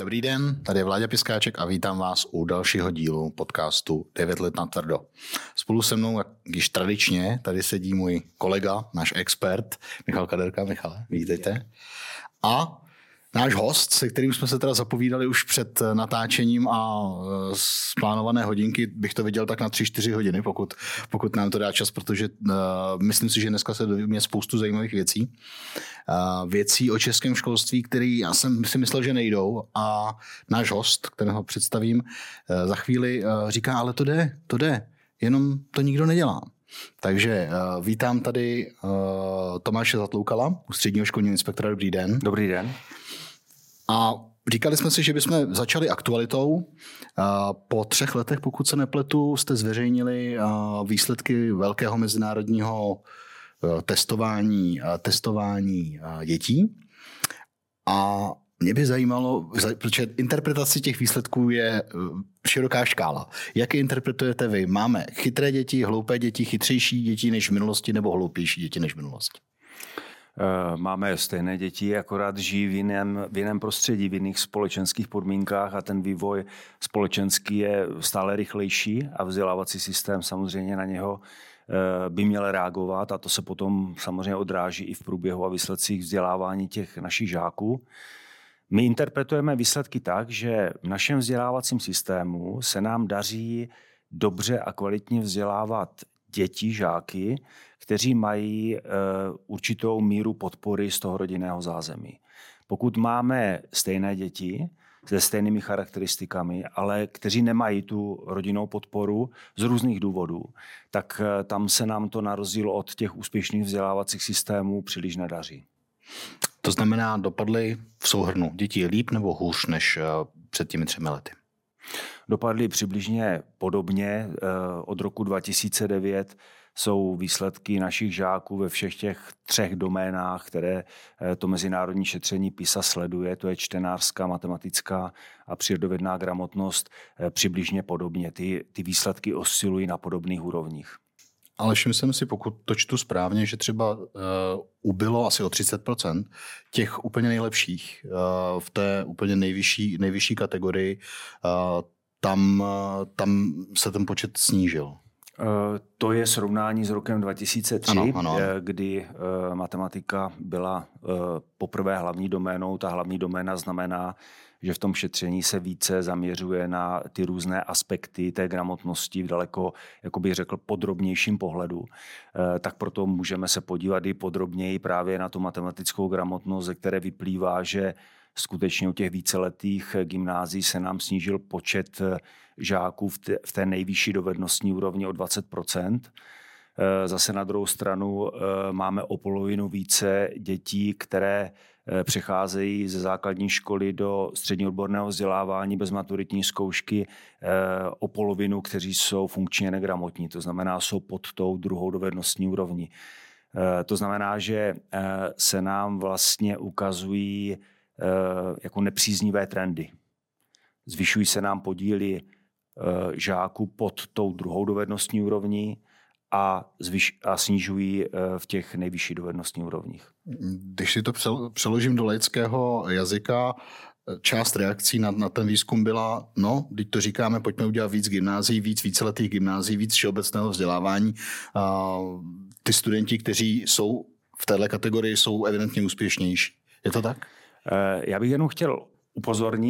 Dobrý den, tady je Vláďa Piskáček a vítám vás u dalšího dílu podcastu 9 let na tvrdo. Spolu se mnou, jak již tradičně, tady sedí můj kolega, náš expert, Michal Kaderka. Michale, vítejte. A náš host, se kterým jsme se teda zapovídali už před natáčením a z plánované hodinky bych to viděl tak na 3-4 hodiny, pokud nám to dá čas, protože myslím si, že dneska se dovíme spoustu zajímavých věcí. Věcí o českém školství, které já jsem si myslel, že nejdou, a náš host, kterého představím za chvíli, říká, ale to jde, jenom to nikdo nedělá. Takže vítám tady Tomáše Zatloukala, ústředního školního inspektora. Dobrý den. Dobrý den. A říkali jsme si, že bychom začali aktualitou. Po 3 letech, pokud se nepletu, jste zveřejnili výsledky velkého mezinárodního testování dětí. A mě by zajímalo, protože interpretace těch výsledků je široká škála. Jak je interpretujete vy? Máme chytré děti, hloupé děti, chytřejší děti než v minulosti nebo hloupější děti než v minulosti? Máme stejné děti, akorát žijí v jiném prostředí, v jiných společenských podmínkách a ten vývoj společenský je stále rychlejší a vzdělávací systém samozřejmě na něho by měl reagovat a to se potom samozřejmě odráží i v průběhu a výsledcích vzdělávání těch našich žáků. My interpretujeme výsledky tak, že v našem vzdělávacím systému se nám daří dobře a kvalitně vzdělávat děti, žáky, kteří mají určitou míru podpory z toho rodinného zázemí. Pokud máme stejné děti se stejnými charakteristikami, ale kteří nemají tu rodinnou podporu z různých důvodů, tak tam se nám to na rozdíl od těch úspěšných vzdělávacích systémů příliš nedaří. To znamená, dopadly v souhrnu děti líp nebo hůř než před těmi 3 lety? Dopadly přibližně podobně. Od roku 2009 jsou výsledky našich žáků ve všech těch 3 doménách, které to mezinárodní šetření PISA sleduje, to je čtenářská, matematická a přírodovědná gramotnost, přibližně podobně. Ty výsledky oscilují na podobných úrovních. Ale všiml jsem si, pokud to čtu správně, že třeba ubylo asi o 30% těch úplně nejlepších v té úplně nejvyšší kategorii. Tam se ten počet snížil. To je srovnání s rokem 2003, ano. Kdy matematika byla poprvé hlavní doménou. Ta hlavní doména znamená, že v tom šetření se více zaměřuje na ty různé aspekty té gramotnosti v daleko, jako bych řekl, podrobnějším pohledu. Tak proto můžeme se podívat i podrobněji právě na tu matematickou gramotnost, ze které vyplývá, že skutečně u těch víceletých gymnázií se nám snížil počet žáků v té nejvyšší dovednostní úrovni o 20%. Zase na druhou stranu máme o polovinu více dětí, které přecházejí ze základní školy do středního odborného vzdělávání bez maturitní zkoušky, o polovinu, kteří jsou funkčně negramotní, to znamená, jsou pod tou druhou dovednostní úrovní. To znamená, že se nám vlastně ukazují jako nepříznivé trendy. Zvyšují se nám podíly žáků pod tou druhou dovednostní úrovní a snižují v těch nejvyšších dovednostních úrovních. Když si to přeložím do laického jazyka, část reakcí na ten výzkum byla, teď to říkáme, pojďme udělat víc gymnázií, víceletých gymnázií, víc všeobecného vzdělávání. Ty studenti, kteří jsou v této kategorii, jsou evidentně úspěšnější. Je to tak? Já bych jenom chtěl upozornit,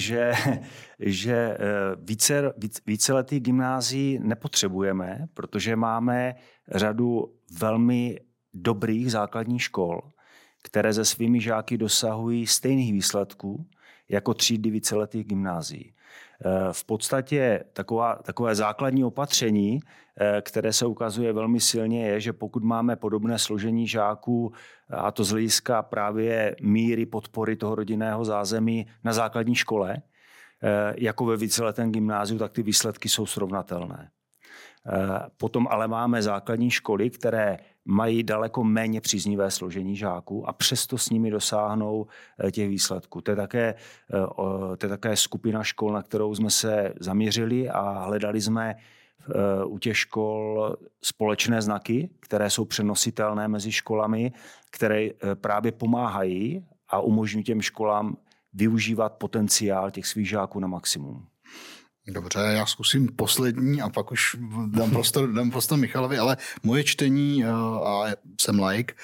že víceletých gymnázií nepotřebujeme, protože máme řadu velmi dobrých základních škol, které se svými žáky dosahují stejných výsledků jako třídy víceletých gymnázií. V podstatě takové základní opatření, které se ukazuje velmi silně, je, že pokud máme podobné složení žáků, a to z hlediska právě míry podpory toho rodinného zázemí na základní škole, jako ve víceletém gymnáziu, tak ty výsledky jsou srovnatelné. Potom ale máme základní školy, které mají daleko méně příznivé složení žáků a přesto s nimi dosáhnou těch výsledků. To je také skupina škol, na kterou jsme se zaměřili a hledali jsme u těch škol společné znaky, které jsou přenositelné mezi školami, které právě pomáhají a umožňují těm školám využívat potenciál těch svých žáků na maximum. Dobře, já zkusím poslední a pak už dám prostor Michalovi, ale moje čtení, a jsem laik,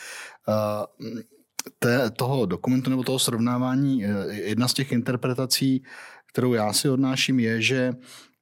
toho dokumentu nebo toho srovnávání, jedna z těch interpretací, kterou já si odnáším, je, že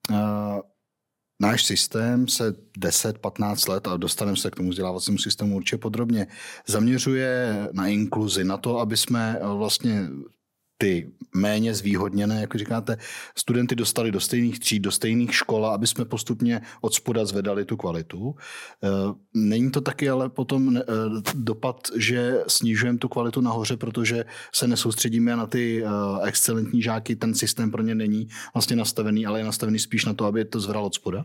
náš systém se 10-15 let, a dostaneme se k tomu vzdělávacímu systému určitě podrobně, zaměřuje na inkluzi, na to, aby jsme vlastně ty méně zvýhodněné, jako říkáte, studenty dostali do stejných tříd, do stejných škol, aby jsme postupně od spoda zvedali tu kvalitu. Není to taky ale potom dopad, že snižujeme tu kvalitu nahoře, protože se nesoustředíme na ty excelentní žáky, ten systém pro ně není vlastně nastavený, ale je nastavený spíš na to, aby to zvedal od spoda?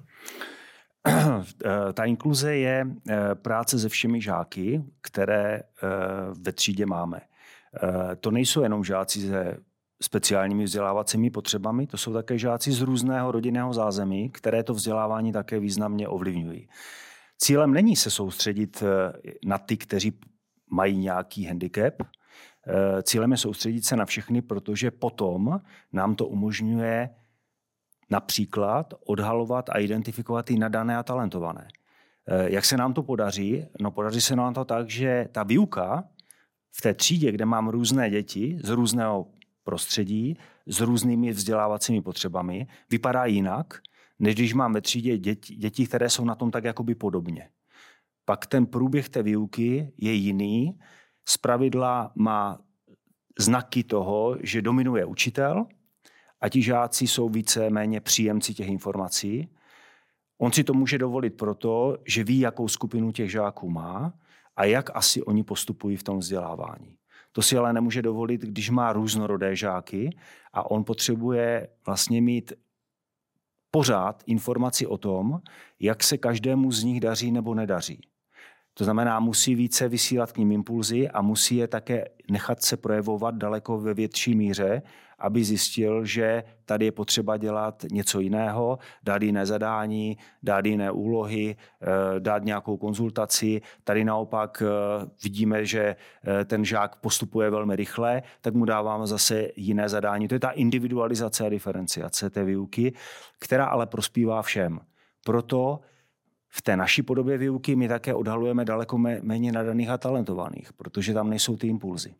Ta inkluze je práce se všemi žáky, které ve třídě máme. To nejsou jenom žáci se speciálními vzdělávacími potřebami, to jsou také žáci z různého rodinného zázemí, které to vzdělávání také významně ovlivňují. Cílem není se soustředit na ty, kteří mají nějaký handicap. Cílem je soustředit se na všechny, protože potom nám to umožňuje například odhalovat a identifikovat i nadané a talentované. Jak se nám to podaří? No, podaří se nám to tak, že ta výuka v té třídě, kde mám různé děti z různého prostředí, s různými vzdělávacími potřebami, vypadá jinak, než když mám ve třídě děti, které jsou na tom tak jakoby podobně. Pak ten průběh té výuky je jiný. Zpravidla má znaky toho, že dominuje učitel a ti žáci jsou více-méně příjemci těch informací. On si to může dovolit proto, že ví, jakou skupinu těch žáků má a jak asi oni postupují v tom vzdělávání. To si ale nemůže dovolit, když má různorodé žáky a on potřebuje vlastně mít pořád informaci o tom, jak se každému z nich daří nebo nedaří. To znamená, musí více vysílat k nim impulzy a musí je také nechat se projevovat daleko ve větší míře, aby zjistil, že tady je potřeba dělat něco jiného, dát jiné zadání, dát jiné úlohy, dát nějakou konzultaci. Tady naopak vidíme, že ten žák postupuje velmi rychle, tak mu dáváme zase jiné zadání. To je ta individualizace a diferenciace té výuky, která ale prospívá všem. Proto v té naší podobě výuky my také odhalujeme daleko méně nadaných a talentovaných, protože tam nejsou ty impulzy.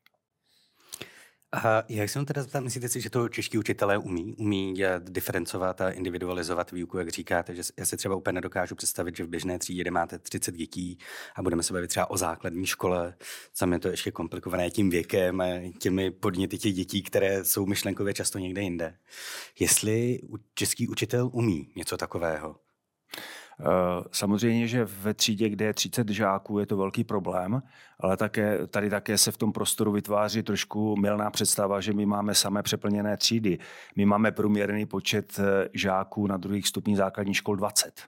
A jak se teda zeptat, myslíte si, že to čeští učitelé umí diferencovat a individualizovat výuku, jak říkáte, že já si třeba úplně nedokážu představit, že v běžné třídě, kde máte 30 dětí a budeme se bavit třeba o základní škole, tam je to ještě komplikované tím věkem a těmi podněty těch dětí, které jsou myšlenkově často někde jinde. Jestli český učitel umí něco takového? Samozřejmě, že ve třídě, kde je 30 žáků, je to velký problém, ale tady také se v tom prostoru vytváří trošku mylná představa, že my máme samé přeplněné třídy. My máme průměrný počet žáků na druhých stupních základních škol 20.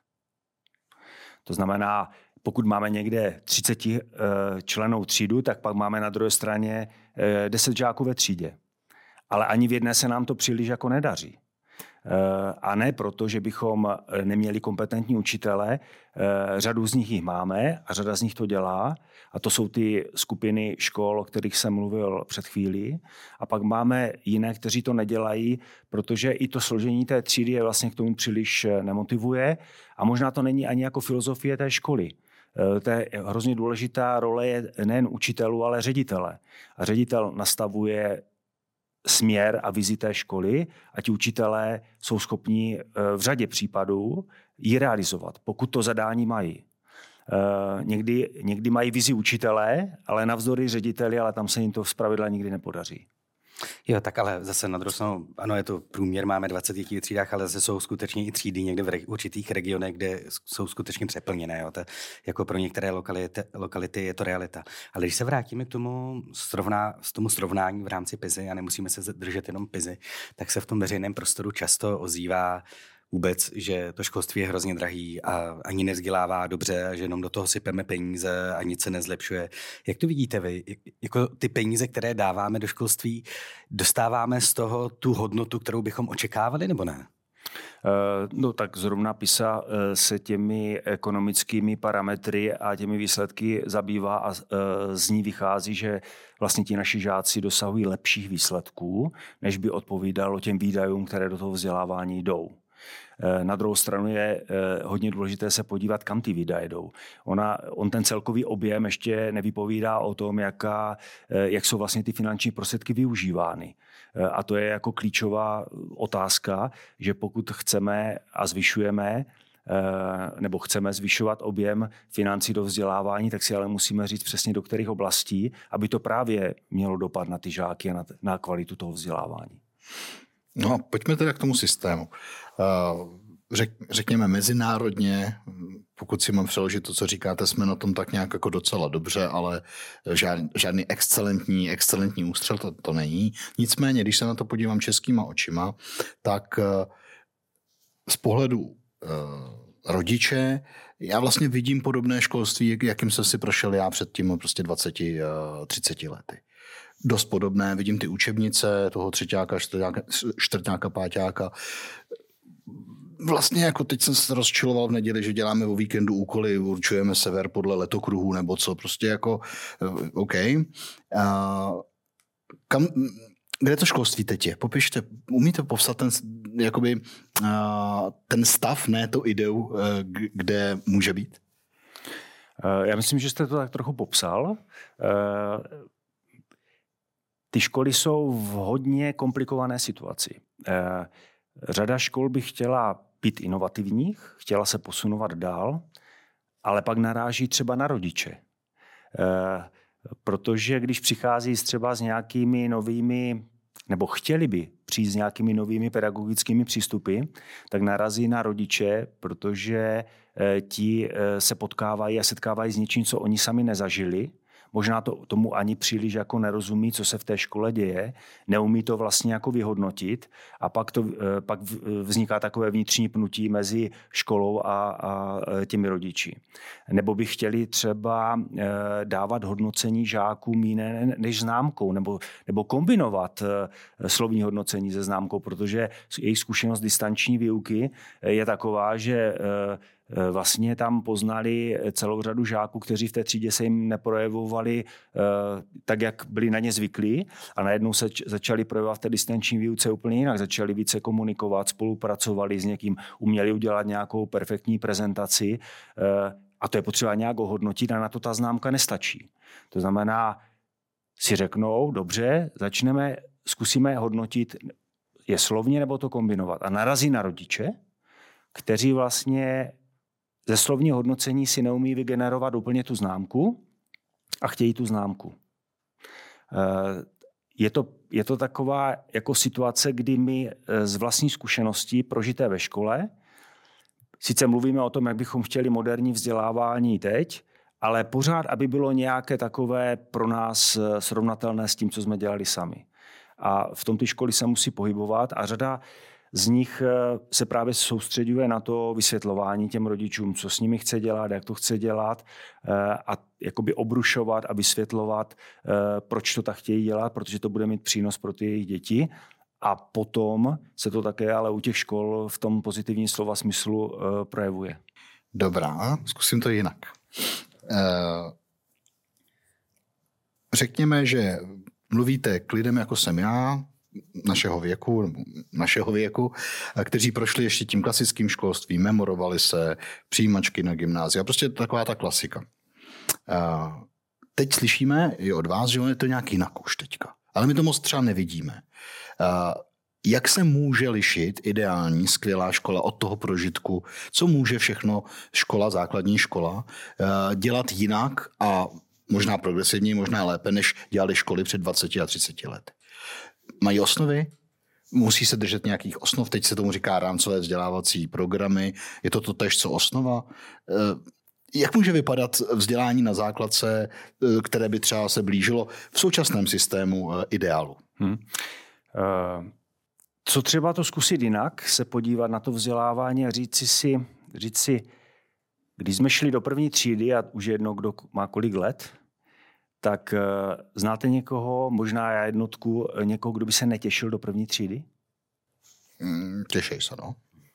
To znamená, pokud máme někde 30 členů třídu, tak pak máme na druhé straně 10 žáků ve třídě. Ale ani v jedné se nám to příliš jako nedaří. A ne proto, že bychom neměli kompetentní učitele, řadu z nich jich máme a řada z nich to dělá a to jsou ty skupiny škol, o kterých jsem mluvil před chvílí a pak máme jiné, kteří to nedělají, protože i to složení té třídy je vlastně k tomu příliš nemotivuje a možná to není ani jako filozofie té školy. To je hrozně důležitá role je nejen učitelů, ale ředitele. A ředitel nastavuje směr a vizi té školy a ti učitelé jsou schopni v řadě případů ji realizovat, pokud to zadání mají. Někdy mají vizi učitelé, ale navzdory řediteli, ale tam se jim to zpravidla nikdy nepodaří. Jo, tak ale zase na druhou stranu, ano, je to průměr, máme 20 dětí v třídách, ale zase jsou skutečně i třídy někde v určitých regionech, kde jsou skutečně přeplněné. Jo. To, jako pro některé lokality je to realita. Ale když se vrátíme k tomu srovnání v rámci PISY a nemusíme se držet jenom PISY, tak se v tom veřejném prostoru často ozývá vůbec, že to školství je hrozně drahý a ani nevzdělává dobře a že jenom do toho sypeme peníze a nic se nezlepšuje. Jak to vidíte vy? Jako ty peníze, které dáváme do školství, dostáváme z toho tu hodnotu, kterou bychom očekávali, nebo ne? No tak zrovna PISA se těmi ekonomickými parametry a těmi výsledky zabývá a z ní vychází, že vlastně ti naši žáci dosahují lepších výsledků, než by odpovídalo těm výdajům, které do toho vzdělávání jdou. Na druhou stranu je hodně důležité se podívat, kam ty výdaje jdou. On ten celkový objem ještě nevypovídá o tom, jak jsou vlastně ty finanční prostředky využívány. A to je jako klíčová otázka, že pokud chceme a zvyšujeme nebo chceme zvyšovat objem financí do vzdělávání, tak si ale musíme říct přesně do kterých oblastí, aby to právě mělo dopad na ty žáky a na kvalitu toho vzdělávání. No a pojďme teda k tomu systému. Řekněme mezinárodně, pokud si mám přeložit to, co říkáte, jsme na tom tak nějak jako docela dobře, ale žádný excelentní ústřel to není. Nicméně, když se na to podívám českýma očima, tak z pohledu rodiče já vlastně vidím podobné školství, jakým jsem si prošel já před tím prostě 20-30 lety. Dost podobné, vidím ty učebnice toho třeťáka, čtvrťáka, páťáka. Vlastně jako teď jsem se rozčiloval v neděli, že děláme o víkendu úkoly, určujeme sever podle letokruhů nebo co, prostě jako OK. Kde to školství teď je? Popište, umíte popsat ten stav, ne tu ideu, kde může být? Já myslím, že jste to tak trochu popsal. Ty školy jsou v hodně komplikované situaci. Řada škol by chtěla být inovativních, chtěla se posunovat dál, ale pak naráží třeba na rodiče. Protože když přichází třeba s nějakými novými, nebo chtěli by přijít s nějakými novými pedagogickými přístupy, tak narazí na rodiče, protože ti se potkávají a setkávají s něčím, co oni sami nezažili. Možná tomu ani příliš jako nerozumí, co se v té škole děje, neumí to vlastně jako vyhodnotit a pak vzniká takové vnitřní pnutí mezi školou a těmi rodiči. Nebo by chtěli třeba dávat hodnocení žákům jiné než známkou, nebo kombinovat slovní hodnocení se známkou, protože jejich zkušenost distanční výuky je taková, že vlastně tam poznali celou řadu žáků, kteří v té třídě se jim neprojevovali tak, jak byli na ně zvyklí a najednou se začali projevovat v té distanční výuce úplně jinak. Začali více komunikovat, spolupracovali s někým, uměli udělat nějakou perfektní prezentaci a to je potřeba nějak ohodnotit a na to ta známka nestačí. To znamená, si řeknou, dobře, zkusíme hodnotit, je slovně nebo to kombinovat. A narazí na rodiče, kteří vlastně ze slovního hodnocení si neumí vygenerovat úplně tu známku a chtějí tu známku. Je to taková jako situace, kdy my z vlastní zkušeností prožité ve škole, sice mluvíme o tom, jak bychom chtěli moderní vzdělávání teď, ale pořád, aby bylo nějaké takové pro nás srovnatelné s tím, co jsme dělali sami. A v tom ty školy se musí pohybovat a řada z nich se právě soustředuje na to vysvětlování těm rodičům, co s nimi chce dělat, jak to chce dělat a jakoby obrušovat a vysvětlovat, proč to tak chtějí dělat, protože to bude mít přínos pro ty jejich děti. A potom se to také ale u těch škol v tom pozitivním slova smyslu projevuje. Dobrá, zkusím to jinak. Řekněme, že mluvíte k lidem, jako jsem já, našeho věku, kteří prošli ještě tím klasickým školstvím, memorovali se, přijímačky na gymnázia, prostě taková ta klasika. Teď slyšíme i od vás, že je to nějak jinak už teďka, ale my to moc třeba nevidíme. Jak se může lišit ideální, skvělá škola od toho prožitku? Co může všechno základní škola, dělat jinak a možná progresivněji, možná lépe, než dělali školy před 20 a 30 lety? Mají osnovy? Musí se držet nějakých osnov? Teď se tomu říká rámcové vzdělávací programy. Je to totéž, co osnova? Jak může vypadat vzdělání na základce, které by třeba se blížilo v současném systému ideálu? Co třeba to zkusit jinak, se podívat na to vzdělávání a říct si, když jsme šli do první třídy a už jedno, kdo má kolik let, tak znáte někoho, možná já jednotku, někoho, kdo by se netěšil do první třídy? Těšej se, no.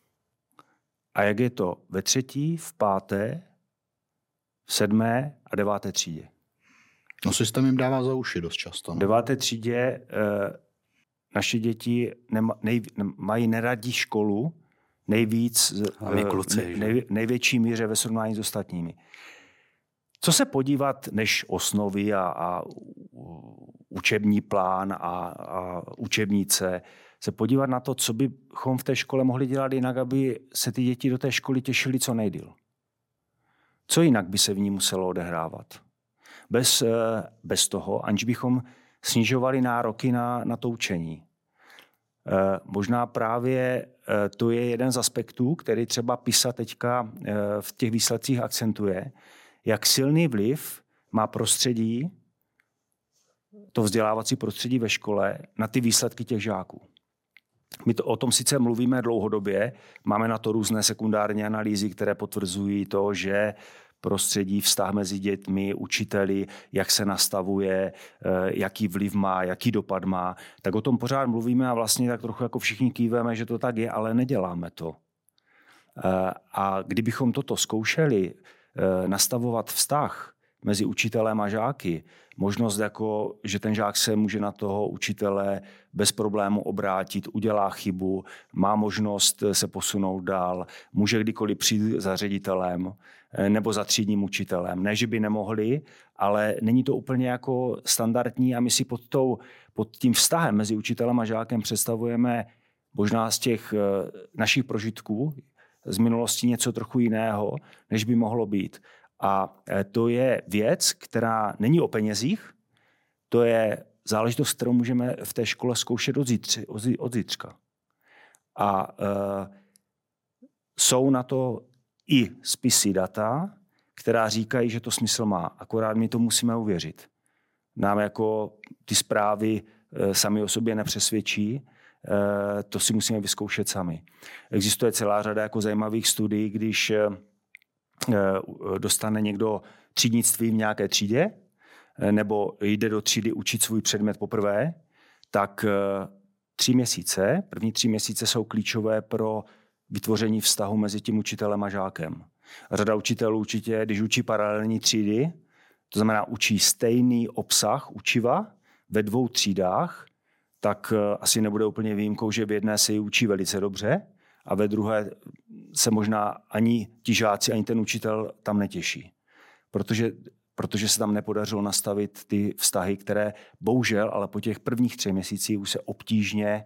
a jak je to ve 3., v 5., v 7. a 9. třídě. No systém jim dává za uši dost často. V 9. třídě naše děti mají neradí školu nejvíc, největší míře ve srovnání s ostatními. Co se podívat, než osnovy a učební plán a učebnice, se podívat na to, co bychom v té škole mohli dělat jinak, aby se ty děti do té školy těšily co nejdýl. Co jinak by se v ní muselo odehrávat? Bez toho, aniž bychom snižovali nároky na to učení. Možná právě to je jeden z aspektů, který třeba PISA teďka v těch výsledcích akcentuje, jak silný vliv má prostředí, to vzdělávací prostředí ve škole, na ty výsledky těch žáků. My o tom sice mluvíme dlouhodobě, máme na to různé sekundární analýzy, které potvrzují to, že prostředí, vztah mezi dětmi, učiteli, jak se nastavuje, jaký vliv má, jaký dopad má, tak o tom pořád mluvíme a vlastně tak trochu jako všichni kýveme, že to tak je, ale neděláme to. A kdybychom toto zkoušeli nastavovat vztah mezi učitelem a žáky, možnost, jako, že ten žák se může na toho učitele bez problému obrátit, udělá chybu, má možnost se posunout dál, může kdykoliv přijít za ředitelem nebo za třídním učitelem. Ne, že by nemohli, ale není to úplně jako standardní a my si pod tím vztahem mezi učitelem a žákem představujeme možná z těch našich prožitků z minulosti něco trochu jiného, než by mohlo být. A to je věc, která není o penězích, to je záležitost, kterou můžeme v té škole zkoušet od zítřka. A jsou na to i spisy data, která říkají, že to smysl má. Akorát my to musíme uvěřit. Nám jako ty zprávy sami o sobě nepřesvědčí, to si musíme vyzkoušet sami. Existuje celá řada jako zajímavých studií, když dostane někdo třídnictví v nějaké třídě nebo jde do třídy učit svůj předmět poprvé, tak 3 měsíce, první 3 měsíce jsou klíčové pro vytvoření vztahu mezi tím učitelem a žákem. Řada učitelů určitě, když učí paralelní třídy, to znamená učí stejný obsah učiva ve 2 třídách, tak asi nebude úplně výjimkou, že v jedné se ji učí velice dobře a ve druhé se možná ani ti žáci, ani ten učitel tam netěší. Protože se tam nepodařilo nastavit ty vztahy, které bohužel, ale po těch prvních 3 měsících už se obtížně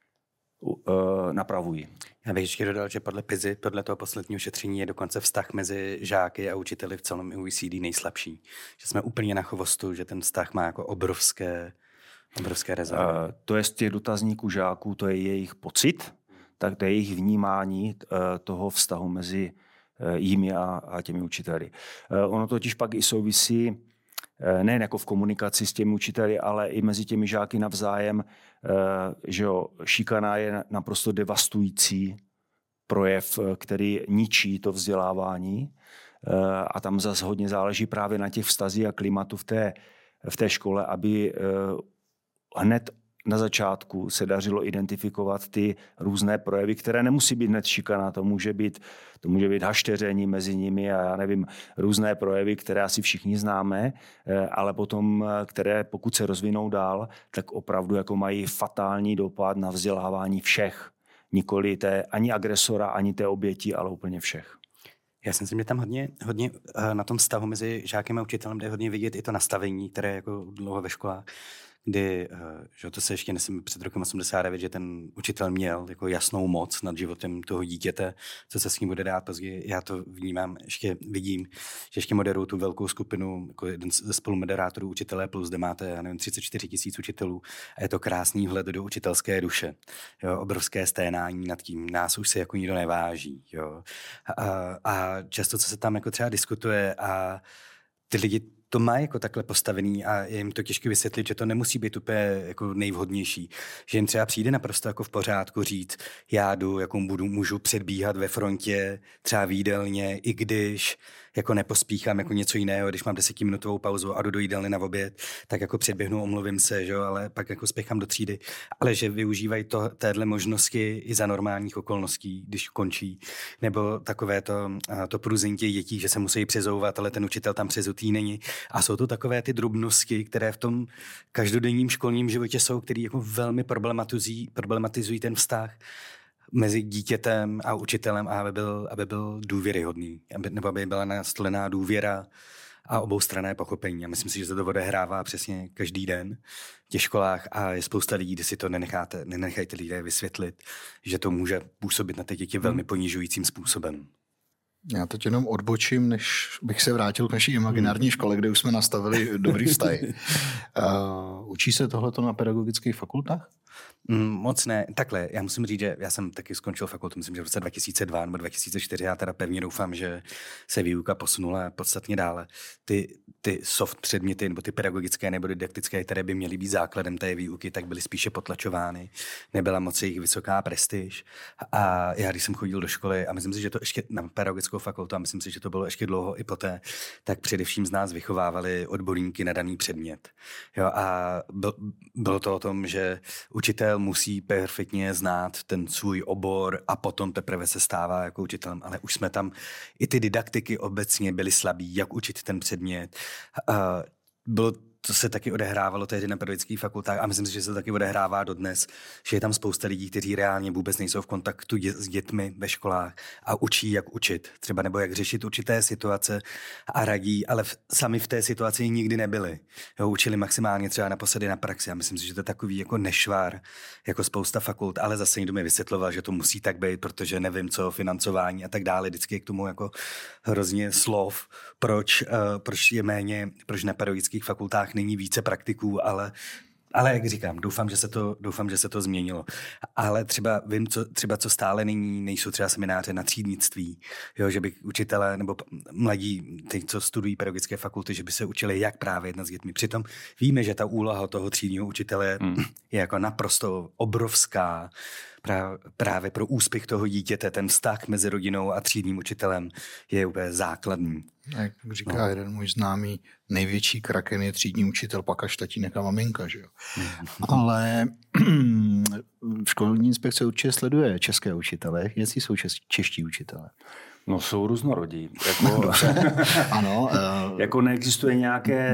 napravují. Já bych ještě dodal, že podle PISY, podle toho posledního šetření, je dokonce vztah mezi žáky a učiteli v celém OECD nejslabší. Že jsme úplně na chvostu, že ten vztah má jako obrovské rezervy. To je z těch dotazníků žáků, to je jejich pocit, tak to je jejich vnímání toho vztahu mezi jimi a těmi učiteli. Ono totiž pak i souvisí nejen jako v komunikaci s těmi učiteli, ale i mezi těmi žáky navzájem, že šikana je naprosto devastující projev, který ničí to vzdělávání a tam zase hodně záleží právě na těch vztazích a klimatu v té škole, aby hned na začátku se dařilo identifikovat ty různé projevy, které nemusí být hned šikana, to může být hašteření mezi nimi a já nevím, různé projevy, které asi všichni známe, ale potom, které pokud se rozvinou dál, tak opravdu jako mají fatální dopad na vzdělávání všech. Nikoli ani agresora, ani té oběti, ale úplně všech. Já si myslím, že tam hodně na tom vztahu mezi žákem a učitelem jde hodně vidět i to nastavení, které je jako dlouho ve školách, kdy, že to se ještě nesmím před rokem 89, že ten učitel měl jako jasnou moc nad životem toho dítěte, co se s ním bude dát později. Já to vnímám, vidím, že ještě moderuju tu velkou skupinu, jako jeden ze spolumoderátorů Učitelé plus, kde máte, 34 000 učitelů a je to krásný vhled do učitelské duše. Jo, obrovské sténání nad tím, nás už se jako nikdo neváží. Jo. A často, co se tam jako třeba diskutuje a ty lidi to má jako takhle postavený a je jim to těžké vysvětlit, že to nemusí být úplně jako nejvhodnější. Že jim třeba přijde naprosto jako v pořádku říct, já jdu, jako můžu předbíhat ve frontě, třeba v jídelně, i když jako nepospíchám jako něco jiného, když mám 10minutovou pauzu a jdu do jídelny na oběd, tak jako předběhnu, omluvím se, že jo, ale pak jako spěchám do třídy. Ale že využívají téhle možnosti i za normálních okolností, když končí. Nebo takové to průzení těch dětí, že se musí přezouvat, ale ten učitel tam přezutý není. A jsou to takové ty drobnosti, které v tom každodenním školním životě jsou, které jako velmi problematizují ten vztah mezi dítětem a učitelem, a aby byl důvěryhodný, nebo aby byla nastolená důvěra a oboustranné pochopení. A myslím si, že se to odehrává přesně každý den v těch školách a je spousta lidí, kdy si to nenechajte lidé vysvětlit, že to může působit na ty děti velmi ponižujícím způsobem. Já teď jenom odbočím, než bych se vrátil k naší imaginární škole, kde už jsme nastavili dobrý vztahy. Učí se tohleto na pedagogických fakultách? Moc ne. Takhle, já musím říct, že já jsem taky skončil fakultu, myslím, že v roce 2002 nebo 2004, já teda pevně doufám, že se výuka posunula podstatně dále. Ty soft předměty, nebo ty pedagogické nebo didaktické, které by měly být základem té výuky, tak byly spíše potlačovány. Nebyla moc jejich vysoká prestiž. A já, když jsem chodil do školy, a myslím si, že to ještě na pedagogickou fakultu, a myslím si, že to bylo ještě dlouho i poté, tak především z nás vychovávali odborníky na daný předmět. Jo, a bylo to o tom, že učitel musí perfektně znát ten svůj obor a potom teprve se stává jako učitelem. Ale už jsme tam, i ty didaktiky obecně byly slabý, jak učit ten předmět. To se taky odehrávalo tehdy na pedagogických fakultách a myslím si, že se to taky odehrává dodnes, že je tam spousta lidí, kteří reálně vůbec nejsou v kontaktu s dětmi ve školách a učí, jak učit, třeba nebo jak řešit určité situace a radí, ale sami v té situaci nikdy nebyli. Jo, učili maximálně třeba naposledy na praxi a myslím si, že to je takový jako nešvar, jako spousta fakult, ale zase někdo mi vysvětloval, že to musí tak být, protože nevím co, financování a tak dále, vždycky je k tomu jako hrozně slov, proč na pedagogických fakultách není více praktiků, ale jak říkám, doufám, že se to změnilo. Ale třeba vím, co stále nejsou třeba semináře na třídnictví, jo, že by učitelé nebo mladí, ty, co studují pedagogické fakulty, že by se učili, jak právě jednat s dětmi. Přitom víme, že ta úloha toho třídního učitele je jako naprosto obrovská. Právě pro úspěch toho dítěte ten vztah mezi rodinou a třídním učitelem je úplně základní. Jak říká jeden můj známý, největší kraken je třídní učitel, pak až tatínek a maminka, že jo. Ale školní inspekce určitě sleduje české učitele. Jaký jsou čeští učitele? No jsou různorodí. Ano. Jako neexistuje nějaké...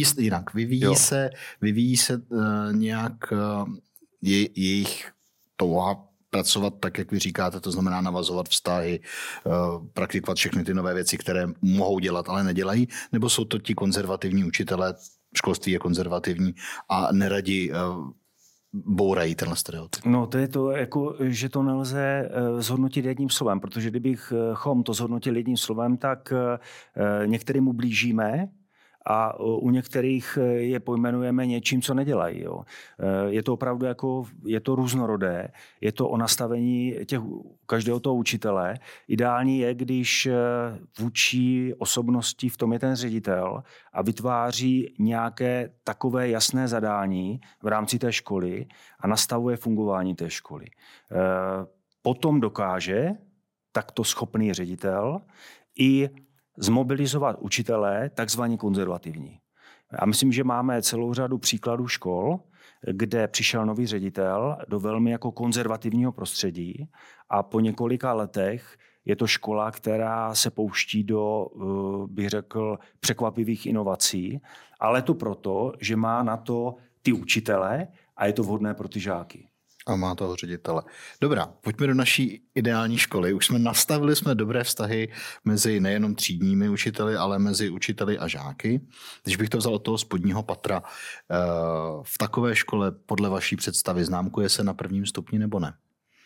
Vyvíjí se nějak jejich touha pracovat tak, jak vy říkáte, to znamená navazovat vztahy, praktikovat všechny ty nové věci, které mohou dělat, ale nedělají, nebo jsou to ti konzervativní učitelé, školství je konzervativní a neradi bourají tenhle stereotyp? No to je to, jako, že to nelze zhodnotit jedním slovem, protože kdybychom to zhodnotili jedním slovem, tak některým ublížíme, a u některých je pojmenujeme něčím, co nedělají. Jo. Je to opravdu je to různorodé, je to o nastavení každého toho učitele. Ideální je, když vůči osobnosti v tom je ten ředitel a vytváří nějaké takové jasné zadání v rámci té školy a nastavuje fungování té školy. Potom dokáže takto schopný ředitel i zmobilizovat učitele takzvaně konzervativní. A myslím, že máme celou řadu příkladů škol, kde přišel nový ředitel do velmi jako konzervativního prostředí a po několika letech je to škola, která se pouští do, bych řekl, překvapivých inovací, ale to proto, že má na to ty učitele a je to vhodné pro ty žáky. A má toho ředitele. Dobrá, pojďme do naší ideální školy. Už jsme nastavili dobré vztahy mezi nejenom třídními učiteli, ale mezi učiteli a žáky. Když bych to vzal od toho spodního patra, v takové škole podle vaší představy známkuje se na prvním stupni nebo ne?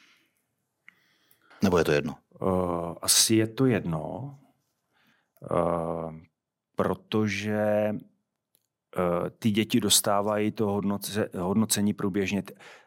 Nebo je to jedno? Asi je to jedno, protože ty děti dostávají to hodnocení průběžně.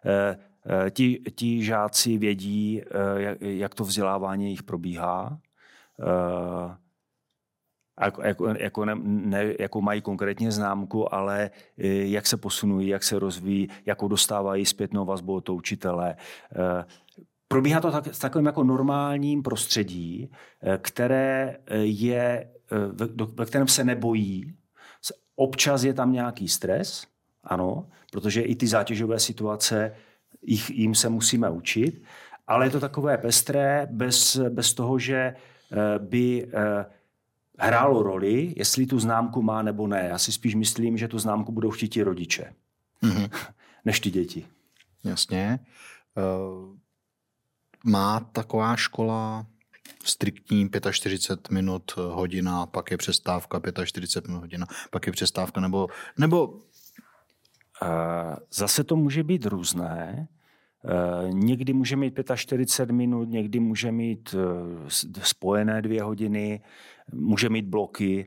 Ti žáci vědí, jak to vzdělávání jich probíhá. Jakou mají konkrétně známku, ale jak se posunují, jak se rozvíjí, jakou dostávají zpětnou vazbu od toho učitele. Probíhá to v takovém jako normálním prostředí, které je, ve kterém se nebojí. Občas je tam nějaký stres, ano, protože i ty zátěžové situace, jim se musíme učit, ale je to takové pestré, bez toho, že by hrálo roli, jestli tu známku má nebo ne. Já si spíš myslím, že tu známku budou chtít ti rodiče, než ty děti. Jasně. Má taková škola striktní 45 minut hodina, pak je přestávka 45 minut hodina, pak je přestávka, nebo... Zase to může být různé. Někdy může mít 45 minut, někdy může mít spojené 2 hodiny, může mít bloky.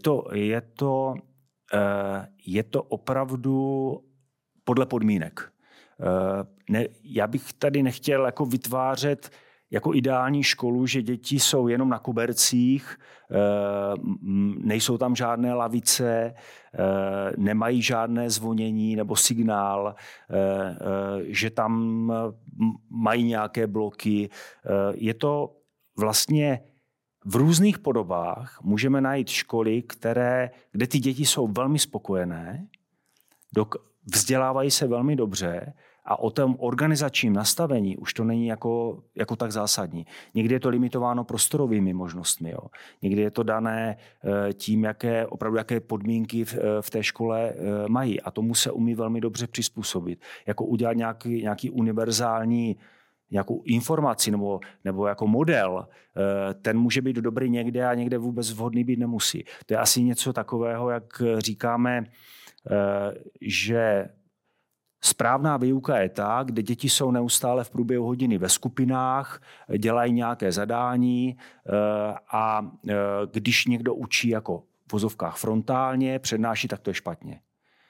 Je to opravdu podle podmínek. Já bych tady nechtěl jako vytvářet jako ideální školu, že děti jsou jenom na kobercích, nejsou tam žádné lavice, nemají žádné zvonění nebo signál, že tam mají nějaké bloky. Je to vlastně v různých podobách můžeme najít školy, kde ty děti jsou velmi spokojené, vzdělávají se velmi dobře a o tom organizačním nastavení už to není jako tak zásadní. Někdy je to limitováno prostorovými možnostmi. Jo. Někdy je to dané tím, jaké podmínky v té škole mají. A tomu se umí velmi dobře přizpůsobit. Jako udělat nějaký univerzální nějakou informaci nebo jako model, ten může být dobrý někde a někde vůbec vhodný být nemusí. To je asi něco takového, jak říkáme, že správná výuka je ta, kde děti jsou neustále v průběhu hodiny ve skupinách, dělají nějaké zadání a když někdo učí jako v vozovkách frontálně, přednáší, tak to je špatně.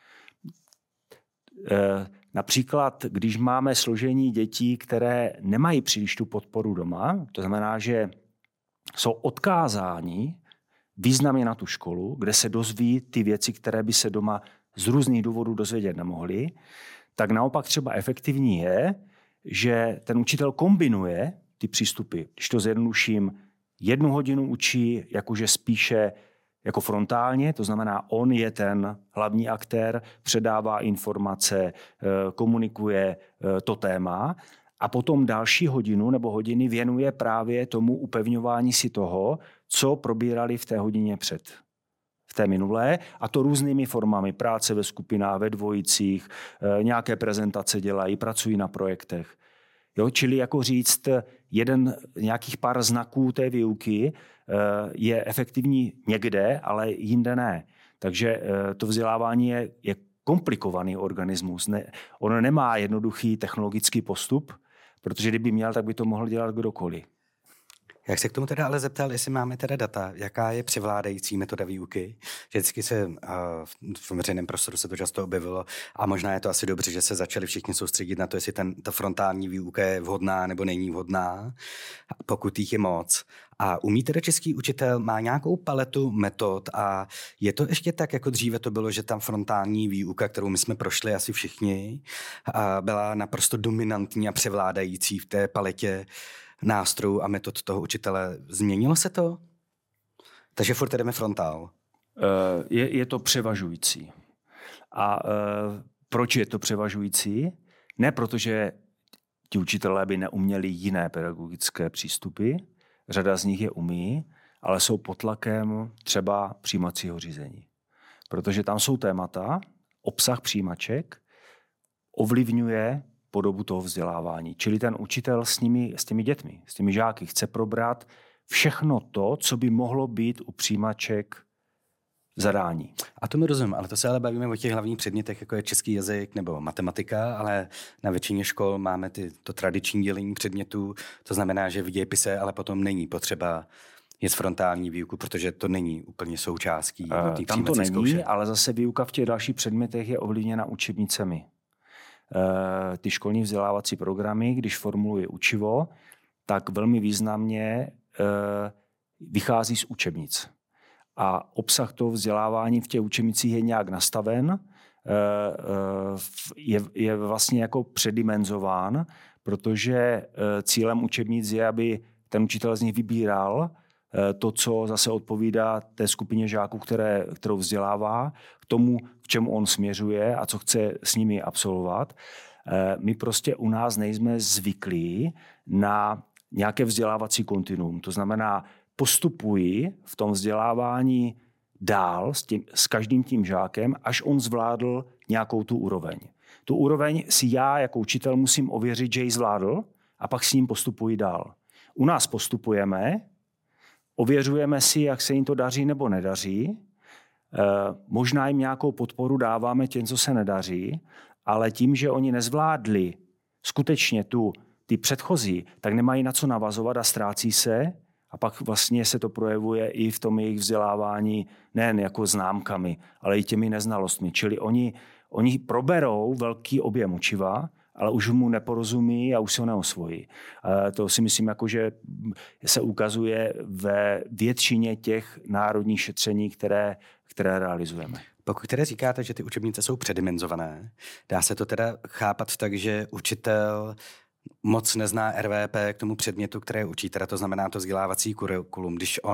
Například, když máme složení dětí, které nemají příliš tu podporu doma, to znamená, že jsou odkázáni významně na tu školu, kde se dozví ty věci, které by se doma z různých důvodů dozvědět nemohli, tak naopak třeba efektivní je, že ten učitel kombinuje ty přístupy. Když to zjednoduším, 1 hodinu učí jakože spíše jako frontálně, to znamená, on je ten hlavní aktér, předává informace, komunikuje to téma a potom další hodinu nebo hodiny věnuje právě tomu upevňování si toho, co probírali v té hodině před. V té minulé, a to různými formami. Práce ve skupinách, ve dvojicích, nějaké prezentace dělají, pracují na projektech. Jo, čili jako říct, nějakých pár znaků té výuky je efektivní někde, ale jinde ne. Takže to vzdělávání je komplikovaný organismus. Ono nemá jednoduchý technologický postup, protože kdyby měl, tak by to mohl dělat kdokoliv. Jak se k tomu teda ale zeptal, jestli máme teda data, jaká je převládající metoda výuky? Že vždycky se v veřejném prostoru se to často objevilo a možná je to asi dobře, že se začali všichni soustředit na to, jestli ta frontální výuka je vhodná nebo není vhodná, pokud jich je moc. A umí teda český učitel, má nějakou paletu metod a je to ještě tak, jako dříve to bylo, že tam frontální výuka, kterou my jsme prošli asi všichni, byla naprosto dominantní a převládající v té paletě nástrojů a metod toho učitele. Změnilo se to? Takže furt jdeme frontál. Je to převažující. A proč je to převažující? Ne protože ti učitelé by neuměli jiné pedagogické přístupy, řada z nich je umí, ale jsou pod tlakem třeba přijímacího řízení. Protože tam jsou témata, obsah přijímaček ovlivňuje podobu toho vzdělávání. Čili ten učitel s těmi dětmi, s těmi žáky chce probrat všechno to, co by mohlo být u přijímaček zadání. A to mi rozumím, ale to se ale bavíme o těch hlavních předmětech, jako je český jazyk nebo matematika, ale na většině škol máme to tradiční dělení předmětů, to znamená, že v dějepise ale potom není potřeba jet frontální výuku, protože to není úplně součástí. Tam to není, zkoušek. Ale zase výuka v těch dalších předmětech je ovlivněna učebnicemi. Ty školní vzdělávací programy, když formulují učivo, tak velmi významně vychází z učebnic. a obsah toho vzdělávání v těch učebnicích je nějak nastaven, je vlastně jako předimenzován, protože cílem učebnic je, aby ten učitel z nich vybíral to, co zase odpovídá té skupině žáků, kterou vzdělává, k tomu, k čemu on směřuje a co chce s nimi absolvovat. My prostě u nás nejsme zvyklí na nějaké vzdělávací kontinuum. To znamená, postupuji v tom vzdělávání dál s každým tím žákem, až on zvládl nějakou tu úroveň. Tu úroveň si já jako učitel musím ověřit, že ji zvládl, a pak s ním postupuji dál. U nás postupujeme, ověřujeme si, jak se jim to daří nebo nedaří. Možná jim nějakou podporu dáváme těm, co se nedaří, ale tím, že oni nezvládli skutečně ty předchozí, tak nemají na co navazovat a ztrácí se. A pak vlastně se to projevuje i v tom jejich vzdělávání nejen jako známkami, ale i těmi neznalostmi. Čili oni proberou velký objem učiva, ale už mu neporozumí a už se ho neosvojí. To si myslím, jako, že se ukazuje ve většině těch národních šetření, které realizujeme. Pokud teda říkáte, že ty učebnice jsou předimenzované, dá se to teda chápat tak, že učitel moc nezná RVP k tomu předmětu, které učí, teda to znamená to vzdělávací kurikulum.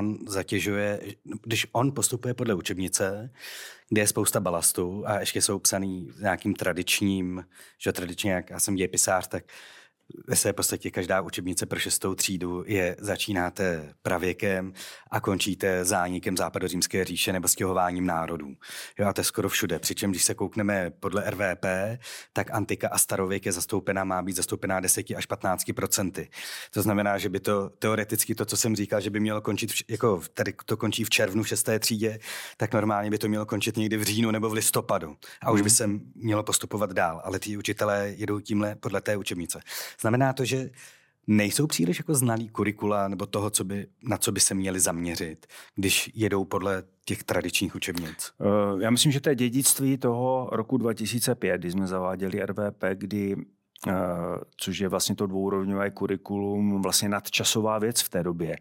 Když on postupuje podle učebnice, kde je spousta balastu a ještě jsou psaný nějakým tradičně, jak já jsem dějepisář, tak ve své podstatě každá učebnice pro 6. třídu začínáte pravěkem a končíte zánikem západořímské říše nebo stěhováním národů. Jo, a to je skoro všude. Přičem, když se koukneme podle RVP, tak antika a starověk má být zastoupená 10 až 15%. To znamená, že by to teoreticky to, co jsem říkal, že by mělo končit, jako tady to končí v červnu v 6. třídě, tak normálně by to mělo končit někdy v říjnu nebo v listopadu. A už by se mělo postupovat dál. Ale ty učitelé jedou tímhle podle té učebnice. Znamená to, že nejsou příliš jako znalí kurikula nebo toho, na co by se měli zaměřit, když jedou podle těch tradičních učebnic? Já myslím, že to je dědictví toho roku 2005, kdy jsme zaváděli RVP, což je vlastně to dvouúrovňové kurikulum, vlastně nadčasová věc v té době.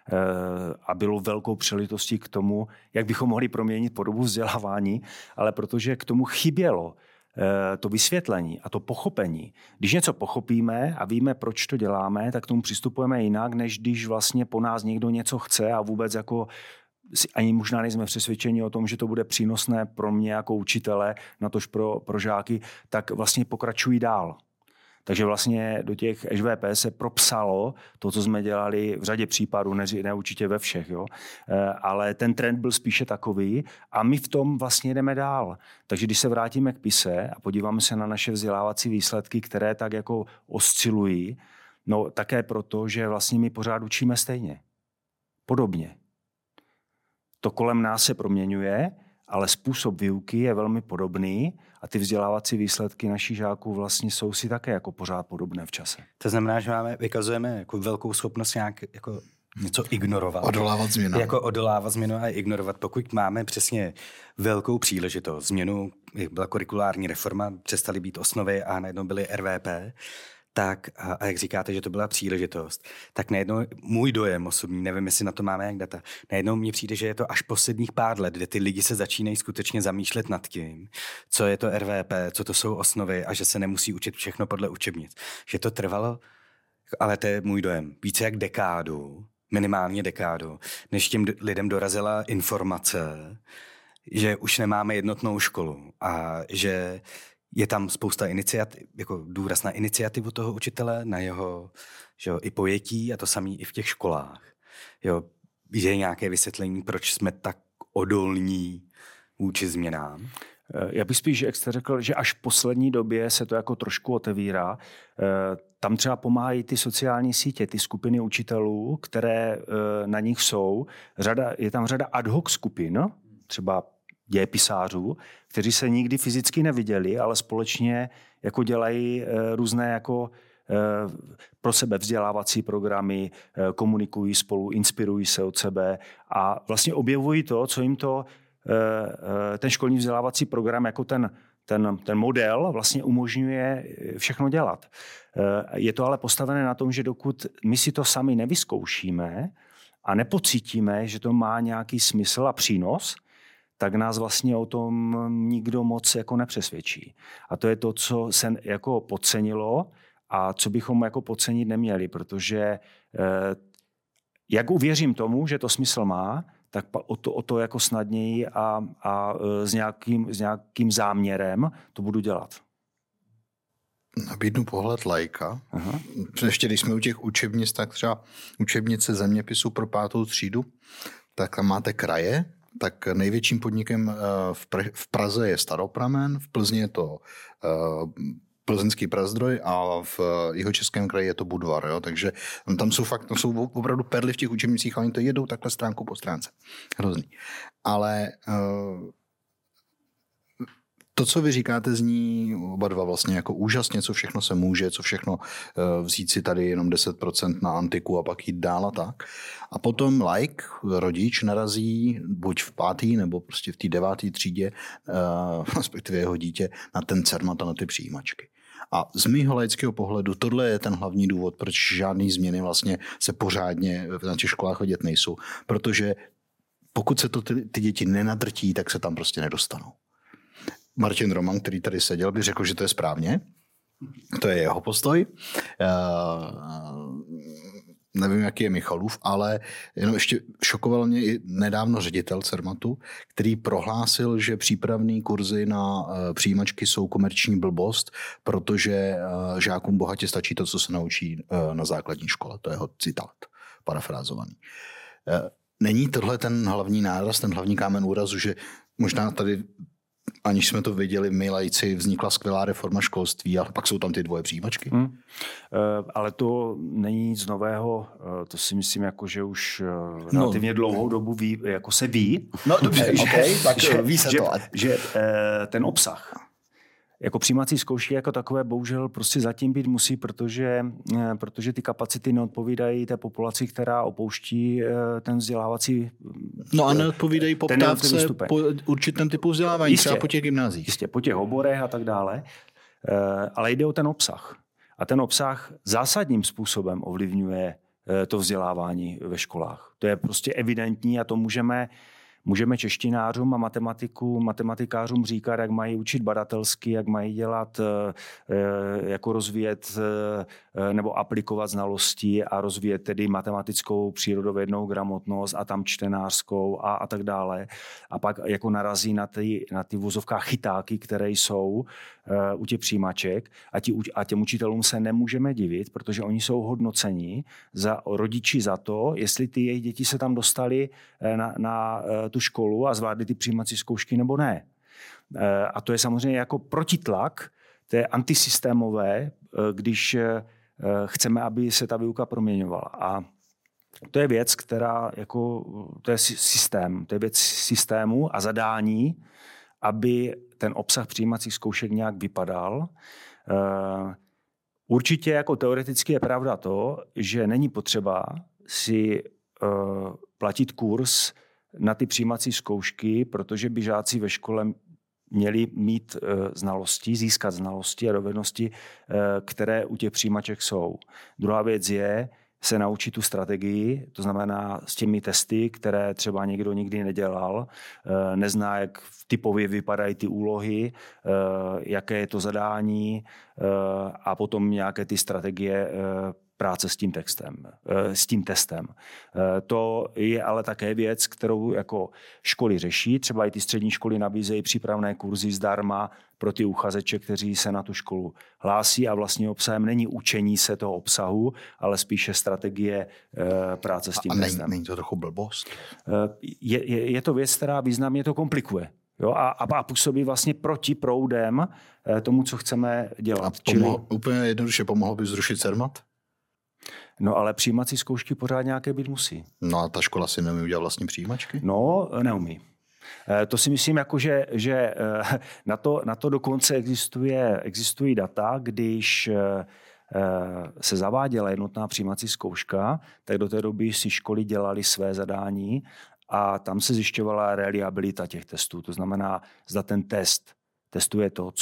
A bylo velkou příležitostí k tomu, jak bychom mohli proměnit podobu vzdělávání, ale protože k tomu chybělo to vysvětlení a to pochopení. Když něco pochopíme a víme, proč to děláme, tak k tomu přistupujeme jinak, než když vlastně po nás někdo něco chce a vůbec jako ani možná nejsme přesvědčeni o tom, že to bude přínosné pro mě jako učitele, natož pro žáky, tak vlastně pokračují dál. Takže vlastně do těch ŽVP se propsalo to, co jsme dělali v řadě případů, ne určitě ve všech, jo? Ale ten trend byl spíše takový a my v tom vlastně jdeme dál. Takže když se vrátíme k PISE a podíváme se na naše vzdělávací výsledky, které tak jako oscilují, no také proto, že vlastně my pořád učíme stejně. Podobně. To kolem nás se proměňuje, ale způsob výuky je velmi podobný a ty vzdělávací výsledky našich žáků vlastně jsou si také jako pořád podobné v čase. To znamená, že vykazujeme jako velkou schopnost nějak jako něco ignorovat. Odolávat změnu. Jako odolávat změnu a ignorovat. Pokud máme přesně velkou příležitost, změnu, jak byla kurikulární reforma, přestaly být osnovy a najednou byly RVP, tak, a jak říkáte, že to byla příležitost, tak najednou můj dojem osobní, nevím, jestli na to máme jak data, najednou mně přijde, že je to až posledních pár let, kde ty lidi se začínají skutečně zamýšlet nad tím, co je to RVP, co to jsou osnovy a že se nemusí učit všechno podle učebnic. Že to trvalo, ale to je můj dojem, více jak dekádu, minimálně dekádu, než těm lidem dorazila informace, že už nemáme jednotnou školu a že je tam spousta jako důraz na iniciativu toho učitele, na jeho i pojetí a to samé i v těch školách. Jo, je nějaké vysvětlení, proč jsme tak odolní vůči změnám? Já bych spíš, jak jste řekl, že až v poslední době se to jako trošku otevírá. Tam třeba pomáhají ty sociální sítě, ty skupiny učitelů, které na nich jsou. Je tam řada ad hoc skupin, třeba dějepisářů, kteří se nikdy fyzicky neviděli, ale společně jako dělají různé jako pro sebe vzdělávací programy, komunikují spolu, inspirují se od sebe a vlastně objevují to, co jim to ten školní vzdělávací program jako ten model vlastně umožňuje všechno dělat. Je to ale postavené na tom, že dokud my si to sami nevyzkoušíme a nepocítíme, že to má nějaký smysl a přínos, tak nás vlastně o tom nikdo moc jako nepřesvědčí. A to je to, co se jako podcenilo a co bychom jako podcenit neměli, protože jak uvěřím tomu, že to smysl má, tak o to jako snadněji a s nějakým záměrem to budu dělat. Nabídnu pohled laika. Aha. Ještě když jsme u těch učebnic, tak třeba učebnice zeměpisu pro 5. třídu, tak tam máte kraje, tak největším podnikem v Praze je Staropramen, v Plzni je to Plzeňský Prazdroj a v Jihočeském kraji je to Budvar. Jo? Takže tam jsou opravdu perly v těch učebnicích a oni to jedou takhle stránku po stránce. Hrozný. Ale to, co vy říkáte, zní oba dva vlastně jako úžasně, co všechno se může, co všechno vzít si tady jenom 10% na antiku a pak jít dál a tak. A potom rodič narazí buď v 5. nebo prostě v té 9. třídě, respektive jeho dítě, na ten Cermat a na ty přijímačky. A z mýho laického pohledu tohle je ten hlavní důvod, proč žádný změny vlastně se pořádně na těch školách vidět nejsou. Protože pokud se to ty děti nenadrtí, tak se tam prostě nedostanou. Martin Roman, který tady seděl, by řekl, že to je správně. To je jeho postoj. Nevím, jaký je Michalův, ale jenom ještě šokoval mě i nedávno ředitel Cermatu, který prohlásil, že přípravné kurzy na přijímačky jsou komerční blbost, protože žákům bohatě stačí to, co se naučí na základní škole. To je jeho citát, parafrázovaný. Není tohle ten hlavní náraz, ten hlavní kámen úrazu, že možná tady, aniž jsme to viděli, my laici, vznikla skvělá reforma školství, ale pak jsou tam ty dvoje přijímačky? Ale to není nic nového. To si myslím, jako, že už relativně dlouhou dobu jako se ví. No dobře, tak ví se to. Že ten obsah jako přijímací zkoušky jako takové bohužel prostě zatím být musí, protože ty kapacity neodpovídají té populaci, která opouští ten vzdělávací. No a neodpovídají poptávce po určitém typu vzdělávání, třeba po těch gymnázích. Jistě, po těch oborech a tak dále. Ale jde o ten obsah. A ten obsah zásadním způsobem ovlivňuje to vzdělávání ve školách. To je prostě evidentní a to můžeme češtinářům a matematikářům říkat, jak mají učit badatelsky, jak mají dělat, jako rozvíjet nebo aplikovat znalosti a rozvíjet tedy matematickou přírodovědnou gramotnost a tam čtenářskou a tak dále. A pak jako narazí na ty v vozovkách chytáky, které jsou u těch přijímaček a těm učitelům se nemůžeme divit, protože oni jsou hodnoceni rodiči za to, jestli ty jejich děti se tam dostali na tu školu a zvládli ty přijímací zkoušky nebo ne. A to je samozřejmě jako protitlak, to je antisystémové, když chceme, aby se ta výuka proměňovala. A to je věc, to je systém, to je věc systému a zadání, aby ten obsah přijímacích zkoušek nějak vypadal. Určitě jako teoreticky je pravda to, že není potřeba si platit kurz na ty přijímací zkoušky, protože by žáci ve škole měli mít znalosti, získat znalosti a dovednosti, které u těch přijímaček jsou. Druhá věc je se naučit tu strategii, to znamená s těmi testy, které třeba někdo nikdy nedělal, nezná, jak typově vypadají ty úlohy, jaké je to zadání a potom nějaké ty strategie práce s tím testem. To je ale také věc, kterou jako školy řeší. Třeba i ty střední školy nabízejí přípravné kurzy zdarma pro ty uchazeče, kteří se na tu školu hlásí a vlastně obsahem není učení se toho obsahu, ale spíše strategie práce s tím testem. Není to trochu blbost? Je to věc, která významně to komplikuje. Jo, a působí vlastně proti proudem tomu, co chceme dělat. Úplně jednoduše pomohlo by zrušit Cermat? No ale přijímací zkoušky pořád nějaké být musí. No a ta škola si neumí udělat vlastní přijímačky? No, neumí. To si myslím, jako, že na to dokonce existují data, když se zaváděla jednotná přijímací zkouška, tak do té doby si školy dělaly své zadání a tam se zjišťovala reliabilita těch testů. To znamená, zda ten test testuje to, co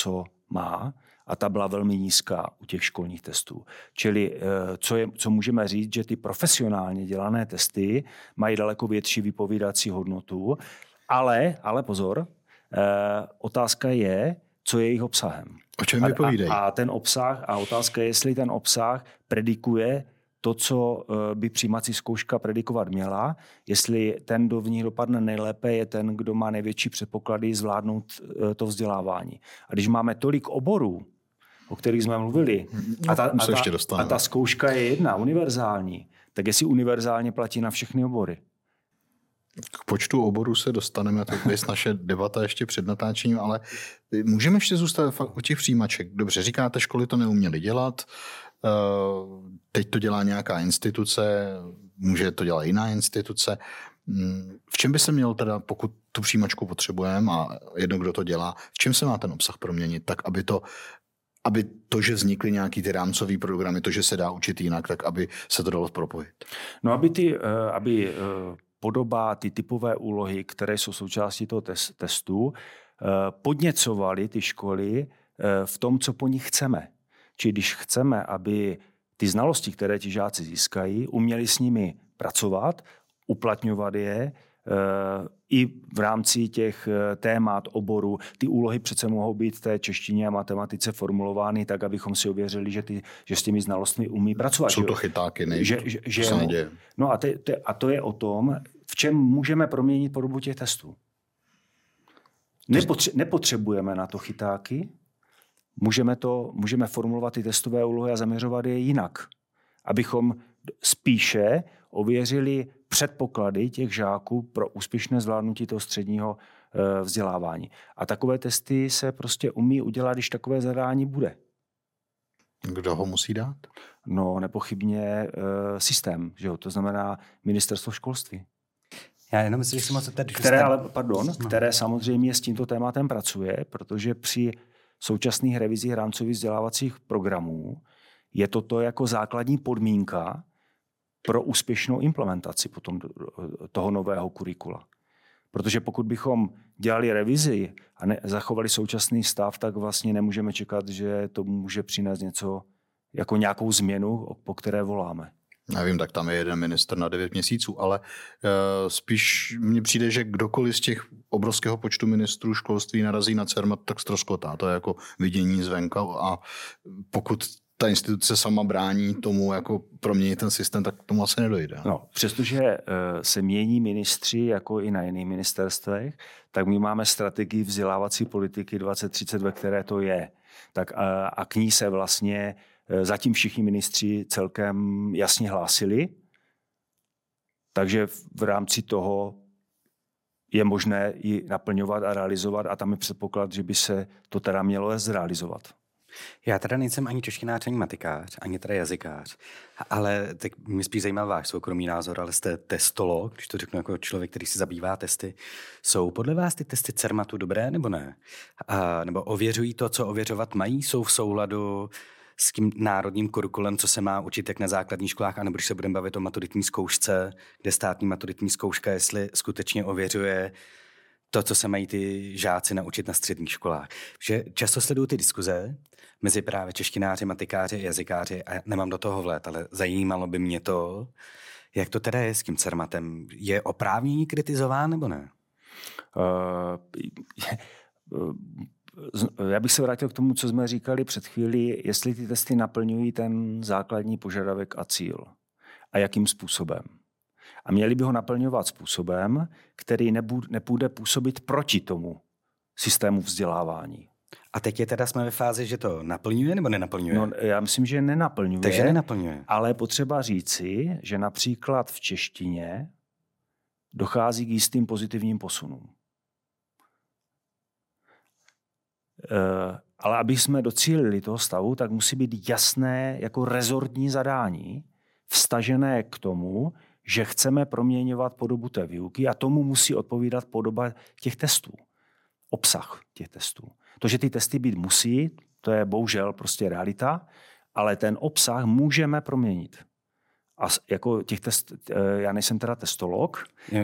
má a ta byla velmi nízká u těch školních testů. Čili co můžeme říct, že ty profesionálně dělané testy mají daleko větší vypovídací hodnotu, ale pozor, otázka je, co je jejich obsahem. O čem vypovídají? A ten obsah, a otázka je, jestli ten obsah predikuje to, co by přijímací zkouška predikovat měla, jestli ten, kdo v ní dopadne nejlépe, je ten, kdo má největší předpoklady zvládnout to vzdělávání. A když máme tolik oborů, o kterých jsme mluvili, a ta zkouška je jedna, univerzální, tak jestli univerzálně platí na všechny obory. K počtu oborů se dostaneme, to je naše debata ještě před natáčením, ale můžeme ještě zůstat fakt o těch přijímaček. Dobře, říkáte, školy to neuměly dělat, teď to dělá nějaká instituce, může to dělat jiná instituce. V čem by se měl teda, pokud tu přijímačku potřebujeme a jedno, kdo to dělá, v čem se má ten obsah proměnit, tak aby to, že vznikly nějaký ty rámcový programy, to, že se dá učit jinak, tak aby se to dalo propojit? No, aby podoba, ty typové úlohy, které jsou součástí toho testu, podněcovaly ty školy v tom, co po nich chceme. Čili když chceme, aby ty znalosti, které ti žáci získají, uměli s nimi pracovat, uplatňovat je, i v rámci těch témat, oborů, ty úlohy přece mohou být v té češtině a matematice formulovány tak, abychom si ověřili, že s těmi znalostmi umí pracovat. Jsou to chytáky, ne? Že se neděje. No a to je o tom, v čem můžeme proměnit podobu těch testů. Nepotřebujeme na to chytáky, můžeme formulovat ty testové úlohy a zaměřovat je jinak, abychom spíše ověřili předpoklady těch žáků pro úspěšné zvládnutí toho středního vzdělávání. A takové testy se prostě umí udělat, když takové zadání bude. Kdo ho musí dát? No, nepochybně systém, že jo? To znamená ministerstvo školství. Já jenom myslím, že jsem moc které samozřejmě s tímto tématem pracuje, protože při současných revizích rámcových vzdělávacích programů je toto jako základní podmínka pro úspěšnou implementaci potom toho nového kurikula. Protože pokud bychom dělali revizi a zachovali současný stav, tak vlastně nemůžeme čekat, že to může přinést něco jako nějakou změnu, po které voláme. Já vím, tak tam je jeden ministr na 9 měsíců, ale spíš mně přijde, že kdokoliv z těch obrovského počtu ministrů školství narazí na CERMAT, tak ztroskotá. To je jako vidění zvenka a pokud ta instituce sama brání tomu jako proměnit ten systém, tak tomu asi nedojde. No, přestože se mění ministři jako i na jiných ministerstvech, tak my máme strategii vzdělávací politiky 2030, ve které to je. Tak a k ní se vlastně zatím všichni ministři celkem jasně hlásili, takže v rámci toho je možné ji naplňovat a realizovat a tam je předpoklad, že by se to teda mělo zrealizovat. Já teda nejsem ani češtinář, ani matikář, ani teda jazykář, ale tak mě spíš zajímal váš soukromý názor, ale jste testolog, když to řeknu jako člověk, který si zabývá testy. Jsou podle vás ty testy CERMATu dobré nebo ne? Nebo ověřují to, co ověřovat mají? Jsou v souladu s tím národním kurikulem, co se má učit jak na základních školách, anebo když se budeme bavit o maturitní zkoušce, kde státní maturitní zkouška, jestli skutečně ověřuje to, co se mají ty žáci naučit na středních školách. Že často sleduju ty diskuze mezi právě češtináři, matikáři, jazykáři a nemám do toho vlet, ale zajímalo by mě to, jak to teda je s tím CERMATem. Je oprávnění kritizován nebo ne? Já bych se vrátil k tomu, co jsme říkali před chvílí, jestli ty testy naplňují ten základní požadavek a cíl. A jakým způsobem. A měli by ho naplňovat způsobem, který nepůjde působit proti tomu systému vzdělávání. A teď je teda jsme ve fázi, že to naplňuje nebo nenaplňuje? No, já myslím, že nenaplňuje. Takže nenaplňuje. Ale je potřeba říci, že například v češtině dochází k jistým pozitivním posunům. Ale aby jsme docílili toho stavu, tak musí být jasné jako rezortní zadání, vztažené k tomu, že chceme proměňovat podobu té výuky a tomu musí odpovídat podoba těch testů, obsah těch testů. To, že ty testy být musí, to je bohužel prostě realita, ale ten obsah můžeme proměnit. A jako těch já nejsem teda testolog,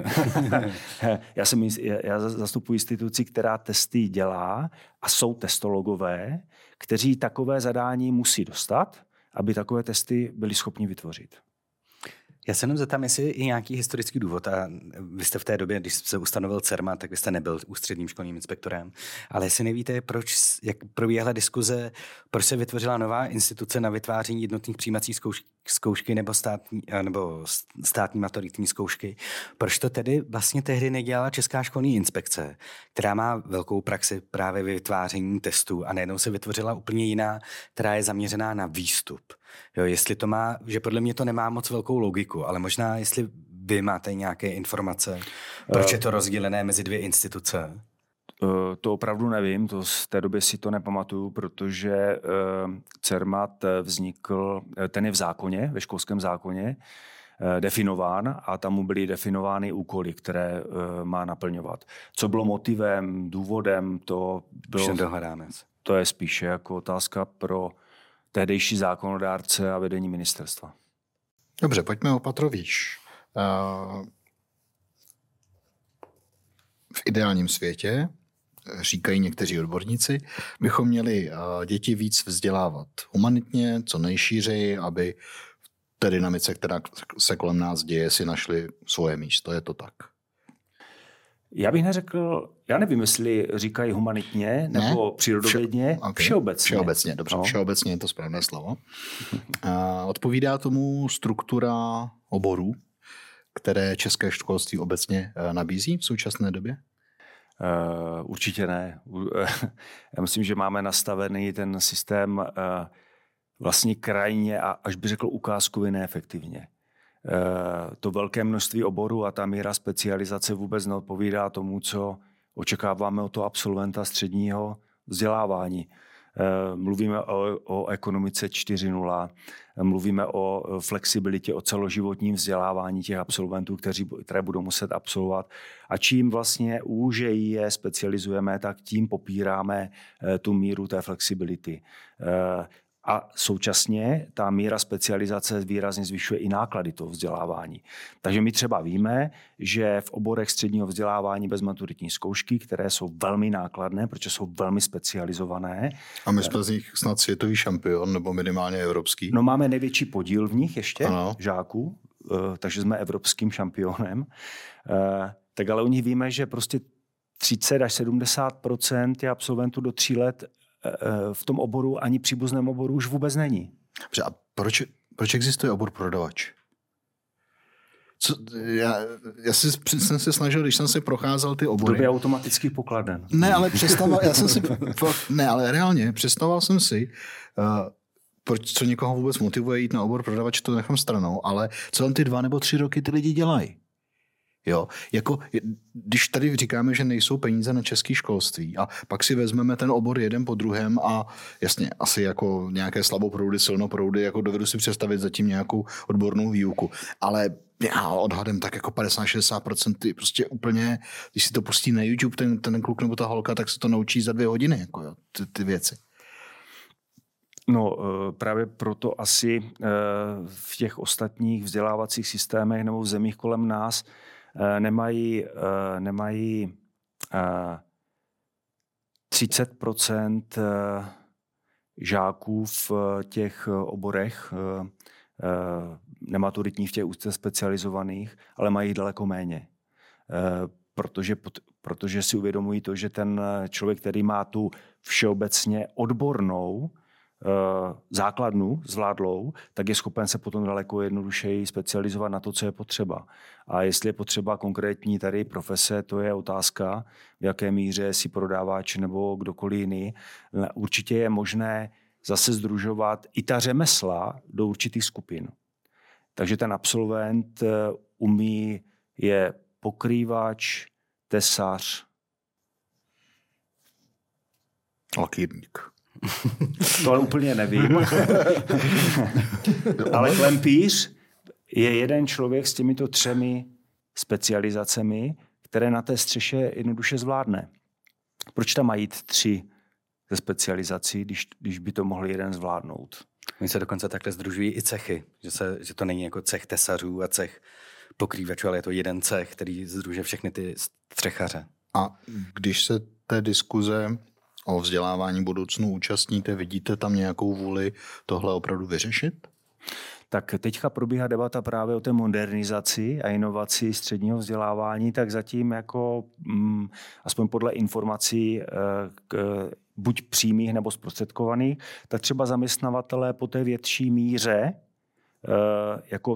já zastupuji instituci, která testy dělá a jsou testologové, kteří takové zadání musí dostat, aby takové testy byli schopni vytvořit. Já se jenom zeptám, jestli je nějaký historický důvod. A vy jste v té době, když se ustanovil CERMAT, tak vy jste nebyl ústředním školním inspektorem. Ale jestli nevíte, jak probíhala diskuze, proč se vytvořila nová instituce na vytváření jednotných přijímacích zkoušky nebo státní maturitní zkoušky. Proč to tedy vlastně tehdy nedělala Česká školní inspekce, která má velkou praxi právě ve vytváření testů a najednou se vytvořila úplně jiná, která je zaměřená na výstup. Jo, jestli to má, že podle mě to nemá moc velkou logiku, ale možná jestli vy máte nějaké informace, proč je to rozdělené mezi dvě instituce? To opravdu nevím, to z té doby si to nepamatuju, protože CERMAT vznikl, ten je v zákoně, ve školském zákoně, definován a tam mu byly definovány úkoly, které má naplňovat. Co bylo motivem, důvodem, to bylo... To je spíše jako otázka pro tehdejší zákonodárce a vedení ministerstva. Dobře, pojďme o patro výš. V ideálním světě, říkají někteří odborníci, bychom měli děti víc vzdělávat humanitně, co nejšířeji, aby v té dynamice, která se kolem nás děje, si našli svoje místo. Je to tak? Já bych neřekl, já nevím, jestli říkají humanitně nebo přírodovědně, všeobecně. Všeobecně, dobře, no. Všeobecně je to správné slovo. Odpovídá tomu struktura oborů, které české školství obecně nabízí v současné době? Určitě ne. Já myslím, že máme nastavený ten systém vlastně krajně a až bych řekl ukázkově neefektivně. To velké množství oborů a ta míra specializace vůbec neodpovídá tomu, co očekáváme od toho absolventa středního vzdělávání. Mluvíme o ekonomice 4.0, mluvíme o flexibilitě, o celoživotním vzdělávání těch absolventů, které budou muset absolvovat. A čím vlastně úžeji je specializujeme, tak tím popíráme tu míru té flexibility. A současně ta míra specializace výrazně zvyšuje i náklady toho vzdělávání. Takže my třeba víme, že v oborech středního vzdělávání bez maturitní zkoušky, které jsou velmi nákladné, protože jsou velmi specializované. A my jsme z nich snad světový šampion, nebo minimálně evropský. No máme největší podíl v nich ještě, ano. Žáků, takže jsme evropským šampionem. Tak ale u nich víme, že prostě 30 až 70% je absolventů do 3 let v tom oboru, ani příbuzném oboru už vůbec není. A proč existuje obor prodavač? Já jsem se snažil, když jsem si procházel ty obory... V době automatických pokladen. Ne, ale ale reálně představoval jsem si, co někoho vůbec motivuje jít na obor prodavač, to nechám stranou, ale co tam ty 2 nebo 3 roky ty lidi dělají? Jo, jako když tady říkáme, že nejsou peníze na české školství a pak si vezmeme ten obor jeden po druhém a jasně, asi jako nějaké slaboproudy, silnoproudy, jako dovedu si představit zatím nějakou odbornou výuku, ale já odhadem tak jako 50-60% ty prostě úplně, když si to pustí na YouTube ten kluk nebo ta holka, tak se to naučí za 2 hodiny, jako jo, ty věci. No právě proto asi v těch ostatních vzdělávacích systémech nebo v zemích kolem nás nemají 30% žáků v těch oborech nematuritních, v těch úzce specializovaných, ale mají jich daleko méně. Protože si uvědomují to, že ten člověk, který má tu všeobecně odbornou základnu zvládlou, tak je schopen se potom daleko jednodušeji specializovat na to, co je potřeba. A jestli je potřeba konkrétní tady profese, to je otázka, v jaké míře si prodávač nebo kdokoliv jiný. Určitě je možné zase sdružovat i ta řemesla do určitých skupin. Takže ten absolvent je pokrývač, tesař. Lakírník. To úplně nevím. Ale klempíř je jeden člověk s těmito 3 specializacemi, které na té střeše jednoduše zvládne. Proč tam mají 3 ze specializací, když by to mohl jeden zvládnout. Oni se dokonce takhle sdružují i cechy, že to není jako cech tesařů a cech pokrývačů, ale je to jeden cech, který sdružuje všechny ty střechaře. A když se té diskuze o vzdělávání budoucnu účastníte, vidíte tam nějakou vůli tohle opravdu vyřešit? Tak teďka probíhá debata právě o té modernizaci a inovaci středního vzdělávání, tak zatím jako aspoň podle informací buď přímých nebo zprostředkovaných, tak třeba zaměstnavatelé po té větší míře jako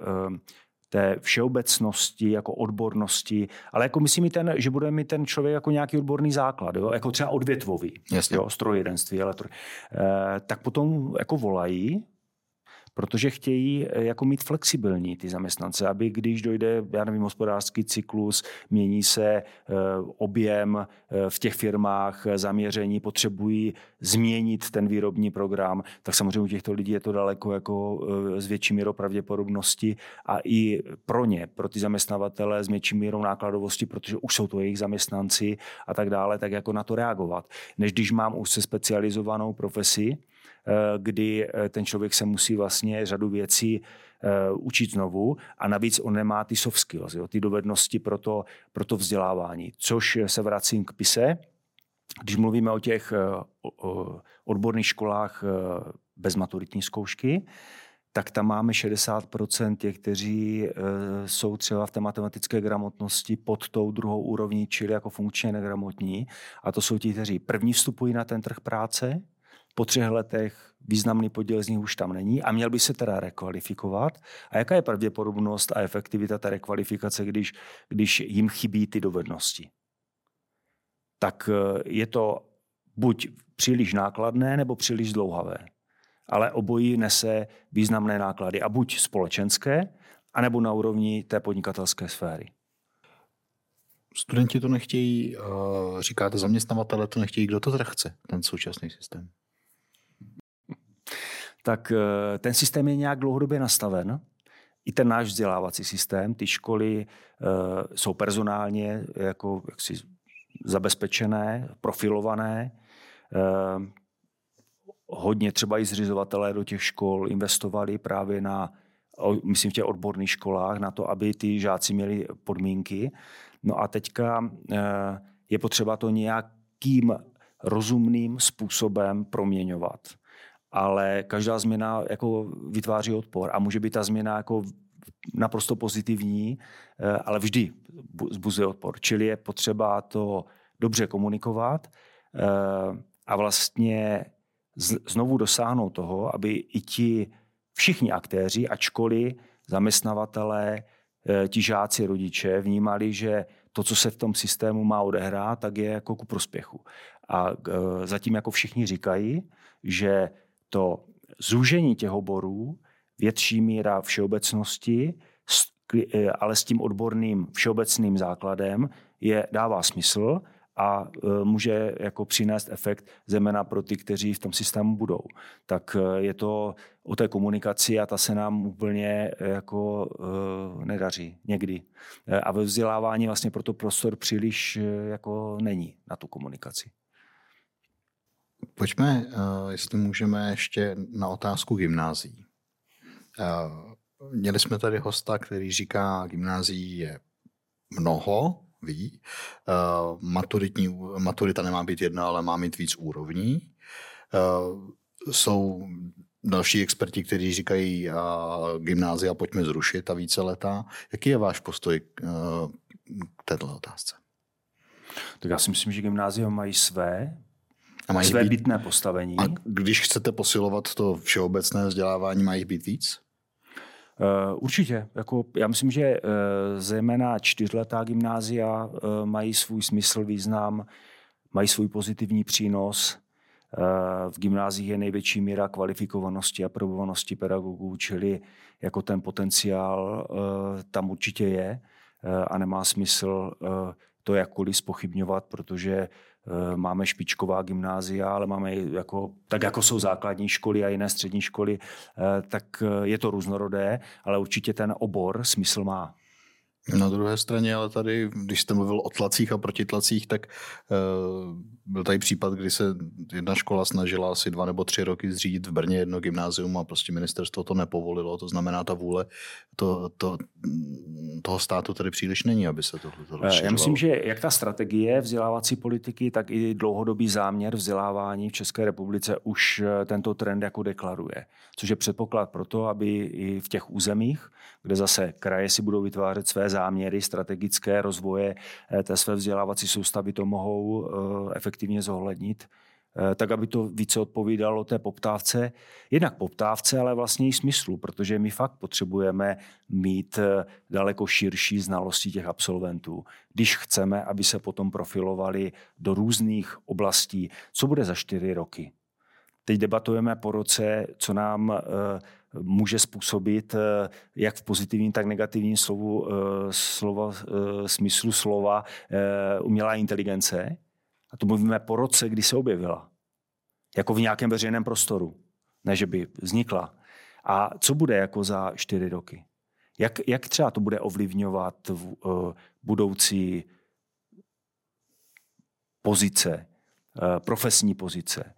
té všeobecnosti, jako odbornosti, ale jako myslím že bude mít ten člověk jako nějaký odborný základ, jo? Jako třeba odvětvový, jo? Strojírenství, tak potom jako volají, protože chtějí jako mít flexibilní ty zaměstnance, aby když dojde, já nevím, hospodářský cyklus, mění se objem v těch firmách, zaměření, potřebují změnit ten výrobní program, tak samozřejmě u těchto lidí je to daleko jako s větší mírou pravděpodobnosti a i pro ty zaměstnavatele s větší mírou nákladovosti, protože už jsou to jejich zaměstnanci a tak dále, tak jako na to reagovat. Než když mám už se specializovanou profesi, kdy ten člověk se musí vlastně řadu věcí učit znovu a navíc on nemá ty soft skills, jo, ty dovednosti pro to vzdělávání. Což se vracím k PISE. Když mluvíme o těch odborných školách bez maturitní zkoušky, tak tam máme 60% těch, kteří jsou třeba v té matematické gramotnosti pod tou druhou úrovní, čili jako funkčně negramotní. A to jsou ti, kteří první vstupují na ten trh práce, po 3 letech významný podíl z nich už tam není a měl by se teda rekvalifikovat. A jaká je pravděpodobnost a efektivita té rekvalifikace, když jim chybí ty dovednosti? Tak je to buď příliš nákladné, nebo příliš zdlouhavé. Ale obojí nese významné náklady a buď společenské, anebo na úrovni té podnikatelské sféry. Studenti to nechtějí, říkáte zaměstnavatele to nechtějí, kdo to teda chce, ten současný systém? Tak ten systém je nějak dlouhodobě nastaven. I ten náš vzdělávací systém, ty školy jsou personálně jako jaksi zabezpečené, profilované. Hodně třeba i zřizovatelé do těch škol investovali právě myslím v těch odborných školách, na to, aby ty žáci měli podmínky. No a teďka je potřeba to nějakým rozumným způsobem proměňovat. Ale každá změna jako vytváří odpor a může být ta změna jako naprosto pozitivní, ale vždy vzbuzuje odpor. Čili je potřeba to dobře komunikovat a vlastně znovu dosáhnout toho, aby i ti všichni aktéři, ať školy, zaměstnavatelé, ti žáci, rodiče vnímali, že to, co se v tom systému má odehrát, tak je jako ku prospěchu. A zatím jako všichni říkají, že to zúžení těch oborů, větší míra všeobecnosti, ale s tím odborným všeobecným základem dává smysl a může jako přinést efekt zejména pro ty, kteří v tom systému budou. Tak je to o té komunikaci a ta se nám úplně jako nedaří někdy. A ve vzdělávání vlastně proto prostor příliš jako není na tu komunikaci. Pojďme, jestli můžeme ještě na otázku gymnázií. Měli jsme tady hosta, který říká, gymnázií je mnoho, ví. Maturita nemá být jedna, ale má mít víc úrovní. Jsou další experti, kteří říkají, gymnázia pojďme zrušit a víceletá. Jaký je váš postoj k této otázce? Tak já si myslím, že gymnázia mají své bytné postavení. A když chcete posilovat to všeobecné vzdělávání, mají být víc? Určitě. Já myslím, že zejména 4letá gymnázia mají svůj smysl, význam, mají svůj pozitivní přínos. V gymnáziích je největší míra kvalifikovanosti a aprobovanosti pedagogů, čili jako ten potenciál tam určitě je a nemá smysl to jakkoliv zpochybňovat, protože máme špičková gymnázia, ale máme tak jako jsou základní školy a jiné střední školy, tak je to různorodé, ale určitě ten obor smysl má. Na druhé straně, ale tady, když jste mluvil o tlacích a protitlacích, tak byl tady případ, kdy se jedna škola snažila asi 2 nebo 3 roky zřídit v Brně jedno gymnázium a prostě ministerstvo to nepovolilo. To znamená, ta vůle toho státu tady příliš není, aby se tohle rozšiřovalo. Já myslím, že jak ta strategie vzdělávací politiky, tak i dlouhodobý záměr vzdělávání v České republice už tento trend jako deklaruje. Což je předpoklad pro to, aby i v těch územích, kde zase kraje si budou vytvářet své záměry strategické rozvoje té své vzdělávací soustavy, to mohou efektivně zohlednit, tak aby to více odpovídalo té poptávce. Jednak poptávce, ale vlastně i smyslu, protože my fakt potřebujeme mít daleko širší znalosti těch absolventů, když chceme, aby se potom profilovali do různých oblastí. Co bude za 4 roky? Teď debatujeme po roce, co nám může způsobit, jak v pozitivním, tak negativním smyslu slova umělá inteligence. A to mluvíme po roce, kdy se objevila. Jako v nějakém veřejném prostoru. Ne, že by vznikla. A co bude jako za 4 roky? Jak třeba to bude ovlivňovat budoucí pozice, profesní pozice?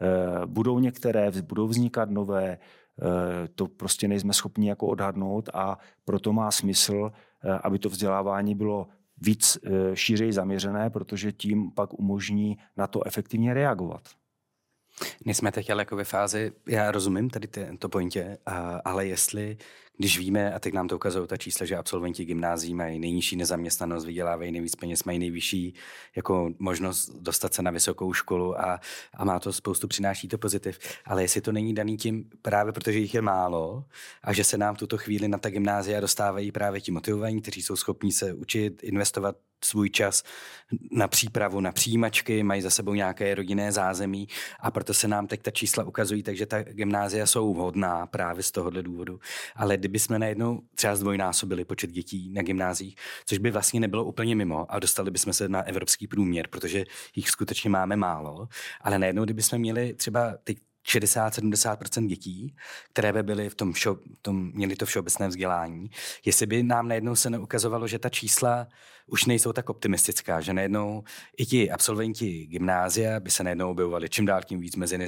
Budou vznikat nové, to prostě nejsme schopni jako odhadnout a proto má smysl, aby to vzdělávání bylo víc šířeji zaměřené, protože tím pak umožní na to efektivně reagovat. Nejsme teď ale jako ve fázi, já rozumím tady to pointě, ale jestli, když víme, a teď nám to ukazují ta čísla, že absolventi gymnázií mají nejnižší nezaměstnanost, vydělávají nejvíc peněz, mají nejvyšší jako možnost dostat se na vysokou školu a má to spoustu, přináší to pozitiv. Ale jestli to není daný tím právě, protože jich je málo a že se nám v tuto chvíli na ta gymnázia dostávají právě ti motivovaní, kteří jsou schopní se učit, investovat svůj čas na přípravu, na přijímačky, mají za sebou nějaké rodinné zázemí a proto se nám teď ta čísla ukazují, takže ta gymnázia jsou vhodná právě z tohohle důvodu. Ale kdyby jsme najednou třeba zdvojnásobili počet dětí na gymnáziích, což by vlastně nebylo úplně mimo a dostali bychom se na evropský průměr, protože jich skutečně máme málo, ale najednou, kdyby jsme měli třeba ty 60-70% dětí, které by byly měly to všeobecné vzdělání. Jestli by nám najednou se neukazovalo, že ta čísla už nejsou tak optimistická, že najednou i ti absolventi gymnázia by se najednou objevovali čím dál tím víc mezi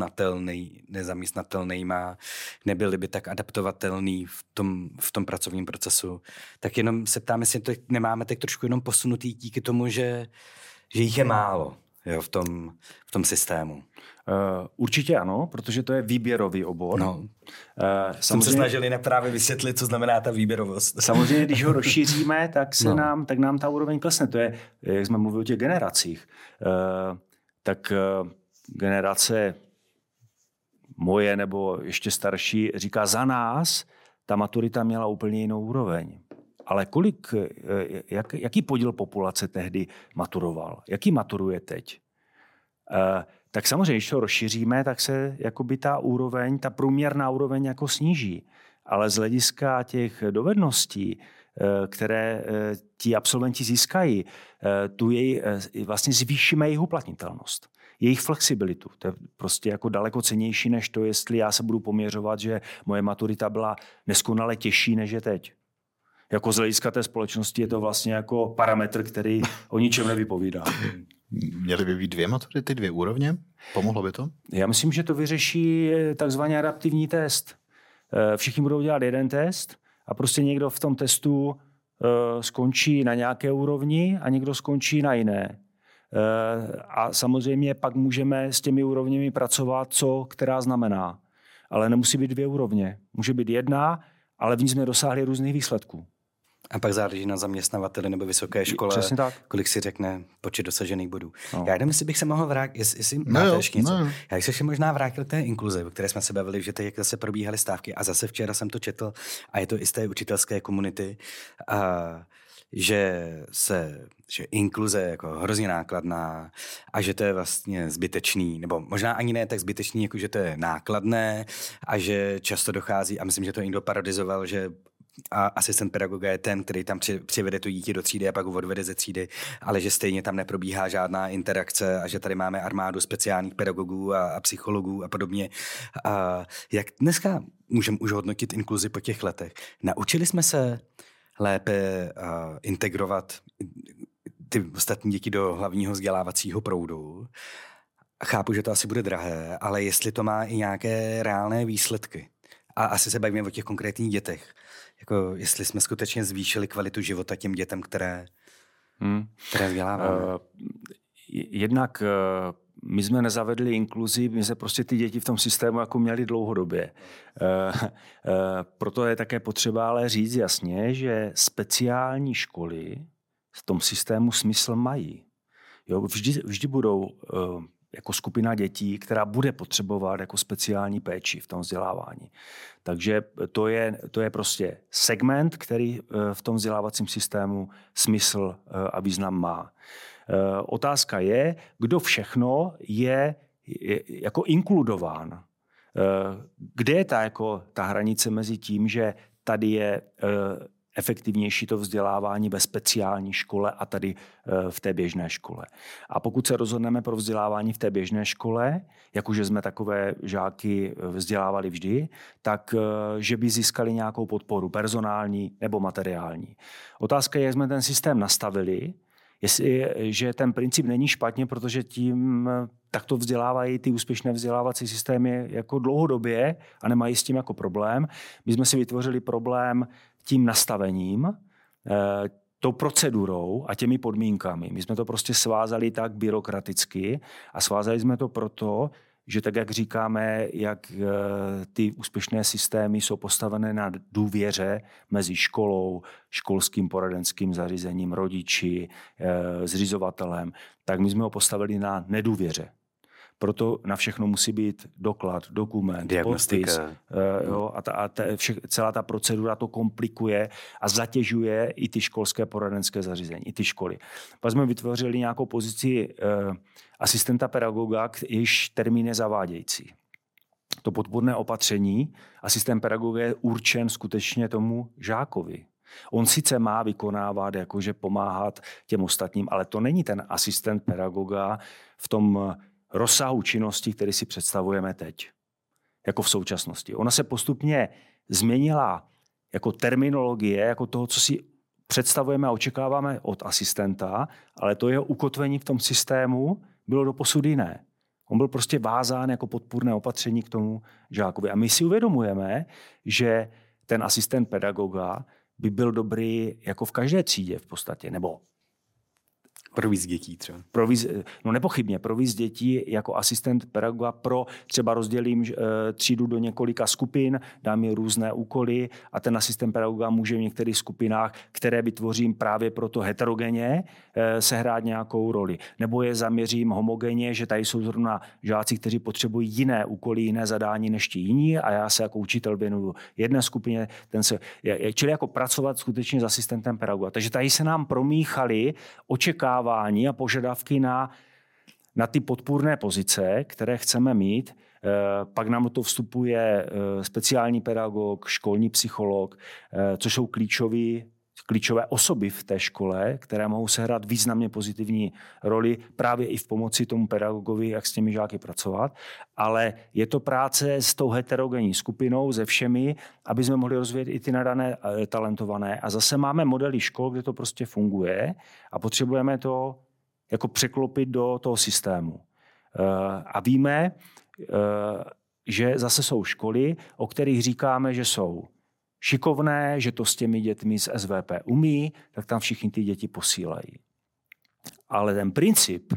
nezaměstnatelnýma, nebyli by tak adaptovatelný v tom pracovním procesu. Tak jenom se ptám, jestli to nemáme tak trošku jenom posunutý díky tomu, že jich je málo, jo, v tom systému. Určitě ano, protože to je výběrový obor. No. Jsem se snažili právě vysvětlit, co znamená ta výběrovost. Samozřejmě, když ho rozšíříme, tak nám ta úroveň klesne. To je, jak jsme mluvili o těch generacích. Tak generace moje nebo ještě starší říká, za nás ta maturita měla úplně jinou úroveň. Ale jaký podíl populace tehdy maturoval? Jaký maturuje teď? Tak samozřejmě, když to rozšíříme, tak se jakoby ta průměrná úroveň jako sníží. Ale z hlediska těch dovedností, které ti absolventi získají, vlastně zvýšíme jejich uplatnitelnost, jejich flexibilitu. To je prostě jako daleko cennější než to, jestli já se budu poměřovat, že moje maturita byla neskonale těžší, než je teď. Jako z hlediska té společnosti je to vlastně jako parametr, který o ničem nevypovídá. Měly by být 2 maturity, 2 úrovně? Pomohlo by to? Já myslím, že to vyřeší takzvaný adaptivní test. Všichni budou dělat jeden test a prostě někdo v tom testu skončí na nějaké úrovni a někdo skončí na jiné. A samozřejmě pak můžeme s těmi úrovněmi pracovat, co která znamená. Ale nemusí být 2 úrovně. Může být 1, ale v ní jsme dosáhli různých výsledků. A pak záleží na zaměstnavateli nebo vysoké škole, kolik si řekne počet dosažených bodů. No. Já nevím, jestli bych se mohl vrátit, jestli máte ještě něco. Já bych se ještě možná vrátil k té inkluzi, o které jsme se bavili, že teď zase probíhaly stávky a zase včera jsem to četl a je to i z té učitelské komunity, že inkluze je jako hrozně nákladná a že to je vlastně zbytečný, nebo možná ani ne tak zbytečný, jako že to je nákladné a že často dochází, a myslím, že to někdo parodizoval, že a asistent pedagoga je ten, který tam přivede to dítě do třídy a pak ho odvede ze třídy, ale že stejně tam neprobíhá žádná interakce a že tady máme armádu speciálních pedagogů a psychologů a podobně. A jak dneska můžeme už hodnotit inkluzi po těch letech? Naučili jsme se lépe integrovat ty ostatní děti do hlavního vzdělávacího proudu. Chápu, že to asi bude drahé, ale jestli to má i nějaké reálné výsledky. A asi se bavíme o těch konkrétních dětech. Jako jestli jsme skutečně zvýšili kvalitu života těm dětem, které vzděláváme. Jednak my jsme nezavedli inkluzi, my jsme prostě ty děti v tom systému jako měli dlouhodobě. Proto je také potřeba ale říct jasně, že speciální školy v tom systému smysl mají. Jo, vždy budou jako skupina dětí, která bude potřebovat jako speciální péči v tom vzdělávání. Takže to je prostě segment, který v tom vzdělávacím systému smysl a význam má. Otázka je, kdo všechno je jako inkludován. Kde je ta hranice mezi tím, že tady je efektivnější to vzdělávání ve speciální škole a tady v té běžné škole. A pokud se rozhodneme pro vzdělávání v té běžné škole, jakože jsme takové žáky vzdělávali vždy, tak že by získali nějakou podporu personální nebo materiální. Otázka je, jak jsme ten systém nastavili, že ten princip není špatně, protože tím takto vzdělávají ty úspěšné vzdělávací systémy jako dlouhodobě a nemají s tím jako problém. My jsme si vytvořili problém tím nastavením, tou procedurou a těmi podmínkami. My jsme to prostě svázali tak byrokraticky a svázali jsme to proto, že tak, jak říkáme, jak ty úspěšné systémy jsou postavené na důvěře mezi školou, školským poradenským zařízením, rodiči, zřizovatelem, tak my jsme ho postavili na nedůvěře. Proto na všechno musí být doklad, dokument, podpis. Celá ta procedura to komplikuje a zatěžuje i ty školské poradenské zařízení, i ty školy. Pak jsme vytvořili nějakou pozici asistenta pedagoga, jejíž termín je zavádějící. To podpůrné opatření, asistent pedagoga je určen skutečně tomu žákovi. On sice má vykonávat, jakože pomáhat těm ostatním, ale to není ten asistent pedagoga v tom rozsahu činnosti, který si představujeme teď, jako v současnosti. Ona se postupně změnila jako terminologie, jako toho, co si představujeme a očekáváme od asistenta, ale to jeho ukotvení v tom systému bylo doposud jiné. On byl prostě vázán jako podpůrné opatření k tomu žákovi. A my si uvědomujeme, že ten asistent pedagoga by byl dobrý jako v každé třídě v podstatě, nebo pro víc dětí třeba. Nepochybně, pro víc dětí jako asistent pedagoga třeba rozdělím třídu do několika skupin, dám je různé úkoly a ten asistent pedagoga může v některých skupinách, které vytvořím právě proto heterogenně, sehrát nějakou roli. Nebo je zaměřím homogenně, že tady jsou zrovna žáci, kteří potřebují jiné úkoly, jiné zadání než ti jiní a já se jako učitel věnuju jedné skupině, čili jako pracovat skutečně s asistentem pedagoga. Takže tady se nám promíchaly očekávání a požadavky na ty podpůrné pozice, které chceme mít. Pak nám do toho vstupuje speciální pedagog, školní psycholog, což jsou klíčové osoby v té škole, které mohou sehrát významně pozitivní roli právě i v pomoci tomu pedagogovi, jak s těmi žáky pracovat. Ale je to práce s tou heterogenní skupinou, se všemi, aby jsme mohli rozvíjet i ty nadané talentované. A zase máme modely škol, kde to prostě funguje a potřebujeme to jako překlopit do toho systému. A víme, že zase jsou školy, o kterých říkáme, že jsou šikovné, že to s těmi dětmi z SVP umí, tak tam všichni ty děti posílají. Ale ten princip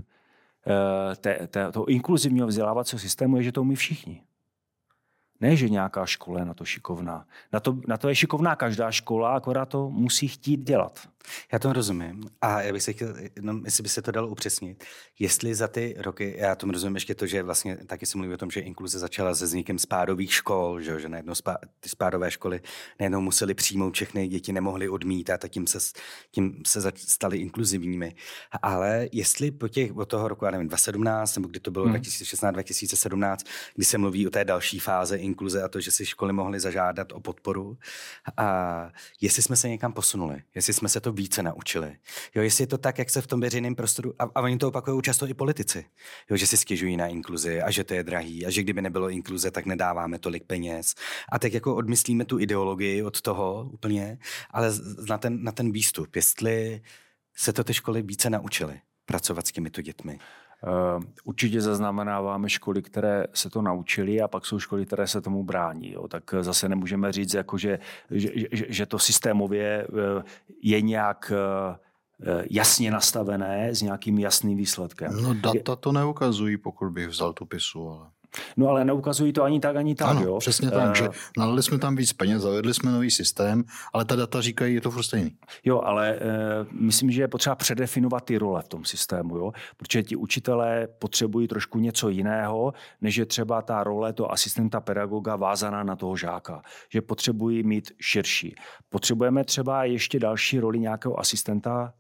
toho inkluzivního vzdělávacího systému je, že to umí všichni. Ne, že nějaká škola je na to šikovná. Na to je šikovná každá škola, akorát to musí chtít dělat. Já to rozumím. A já bych se chtěl, jestli by se to dalo upřesnit. Jestli za ty roky, já tomu rozumím ještě to, že vlastně taky se mluví o tom, že inkluze začala se vznikem spádových škol, že najednou ty spádové školy najednou museli přijmout všechny děti, nemohly odmítat a tím se staly inkluzivními. Ale jestli od toho roku, já nevím, 2017, nebo kdy to bylo 2016, 2017, kdy se mluví o té další fáze inkluze a to, že si školy mohly zažádat o podporu. A jestli jsme se někam posunuli, jestli jsme se to více naučili. Jo, jestli je to tak, jak se v tom veřejném prostoru, a oni to opakují často i politici, jo, že si stěžují na inkluzi a že to je drahý a že kdyby nebylo inkluze, tak nedáváme tolik peněz. A tak jako odmyslíme tu ideologii od toho úplně, ale na ten výstup, jestli se to ty školy více naučily pracovat s těmito dětmi. Určitě zaznamenáváme školy, které se to naučily a pak jsou školy, které se tomu brání. Jo. Tak zase nemůžeme říct, jako že to systémově je nějak jasně nastavené s nějakým jasným výsledkem. No data to neukazují, pokud bych vzal tu PISu, ale... No ale neukazují to ani tak, ani tak. Ano, jo? Přesně tak, že nalili jsme tam víc peněz, zavedli jsme nový systém, ale ta data říkají, je to furt stejný. Jo, ale myslím, že je potřeba předefinovat ty role v tom systému, jo? Protože ti učitelé potřebují trošku něco jiného, než je třeba ta role toho asistenta pedagoga vázaná na toho žáka. Že potřebují mít širší. Potřebujeme třeba ještě další roli nějakého asistenta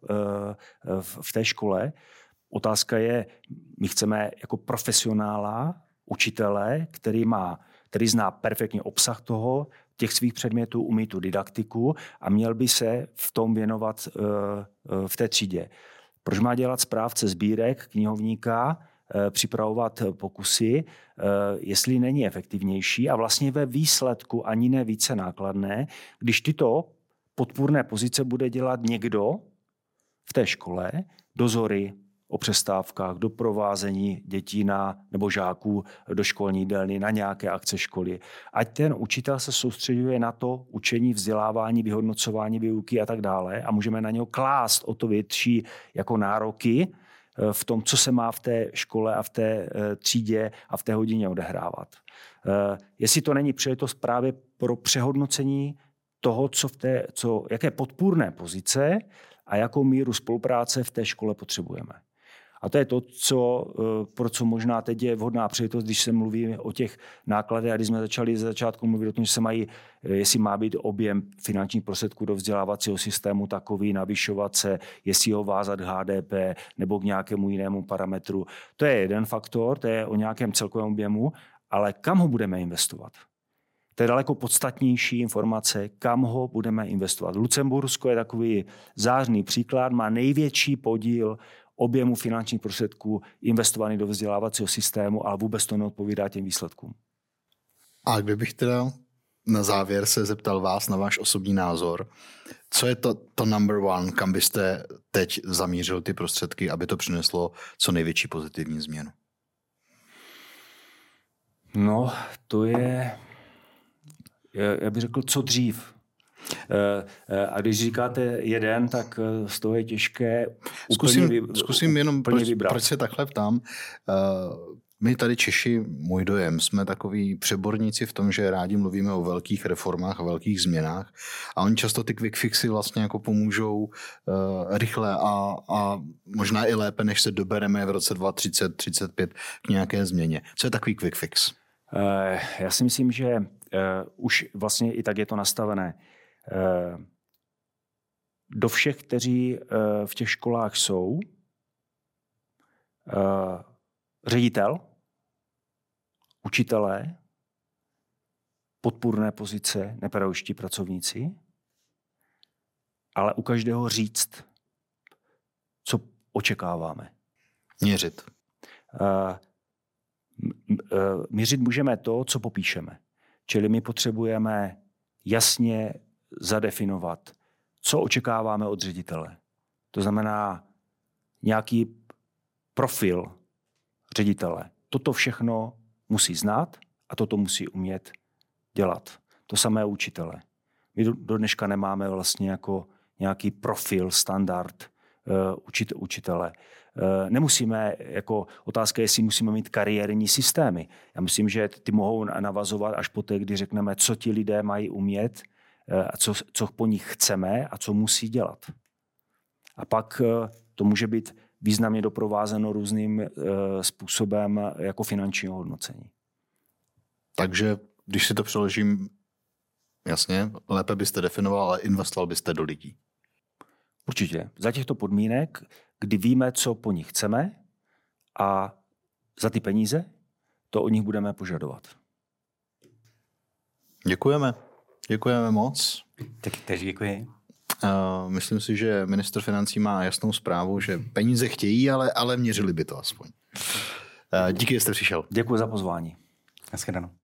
v té škole. Otázka je, my chceme jako profesionála, učitele, který zná perfektně obsah těch svých předmětů, umí tu didaktiku a měl by se v tom věnovat v té třídě. Proč má dělat správce sbírek, knihovníka, připravovat pokusy, jestli není efektivnější a vlastně ve výsledku ani ne více nákladné, když tyto podpůrné pozice bude dělat někdo v té škole, dozory o přestávkách, doprovázení dětí nebo žáků do školní jídelny, na nějaké akce školy. Ať ten učitel se soustředuje na to učení, vzdělávání, vyhodnocování výuky a tak dále a můžeme na něho klást o to větší jako nároky v tom, co se má v té škole a v té třídě a v té hodině odehrávat. Jestli to není příležitost právě pro přehodnocení toho, jaké podpůrné pozice a jakou míru spolupráce v té škole potřebujeme. A to je to, pro co možná teď je vhodná příležitost, když se mluví o těch nákladech a když jsme začali ze začátku mluvit o tom, že jestli má být objem finančních prostředků do vzdělávacího systému takový, navyšovat se, jestli ho vázat k HDP nebo k nějakému jinému parametru. To je jeden faktor, to je o nějakém celkovém objemu, ale kam ho budeme investovat? To je daleko podstatnější informace, kam ho budeme investovat. Lucembursko je takový zářný příklad, má největší podíl objemu finančních prostředků investovaný do vzdělávacího systému, ale vůbec to neodpovídá těm výsledkům. A kdybych teda na závěr se zeptal vás na váš osobní názor, co je to number one, kam byste teď zamířil ty prostředky, aby to přineslo co největší pozitivní změnu? No, to je, já bych řekl, co dřív. A když říkáte jeden, tak z toho je těžké Zkusím jenom, proč se takhle ptám. My tady Češi, můj dojem, jsme takový přeborníci v tom, že rádi mluvíme o velkých reformách a velkých změnách a oni často ty quick fixy vlastně jako pomůžou rychle a možná i lépe, než se dobereme v roce 2030-35 k nějaké změně. Co je takový quick fix? Já si myslím, že už vlastně i tak je to nastavené. Do všech, kteří v těch školách jsou, ředitel, učitelé, podpůrné pozice, nepedagogičtí pracovníci, ale u každého říct, co očekáváme. Měřit. Měřit můžeme to, co popíšeme. Čili my potřebujeme jasně zadefinovat, co očekáváme od ředitele. To znamená nějaký profil ředitele. Toto všechno musí znát a toto musí umět dělat. To samé učitele. My do dneška nemáme vlastně jako nějaký profil, standard učitele. Nemusíme, jako otázka je, jestli musíme mít kariérní systémy. Já myslím, že ty mohou navazovat až poté, kdy řekneme, co ti lidé mají umět, a co po nich chceme a co musí dělat. A pak to může být významně doprovázeno různým způsobem jako finančního hodnocení. Takže, když si to přeložím, jasně, lépe byste definoval, ale investoval byste do lidí. Určitě. Za těchto podmínek, kdy víme, co po nich chceme a za ty peníze to od nich budeme požadovat. Děkujeme moc. Tak tež děkuji. Myslím si, že ministr financí má jasnou zprávu, že peníze chtějí, ale měřili by to aspoň. Díky, že jste přišel. Děkuji za pozvání. Naschledanou.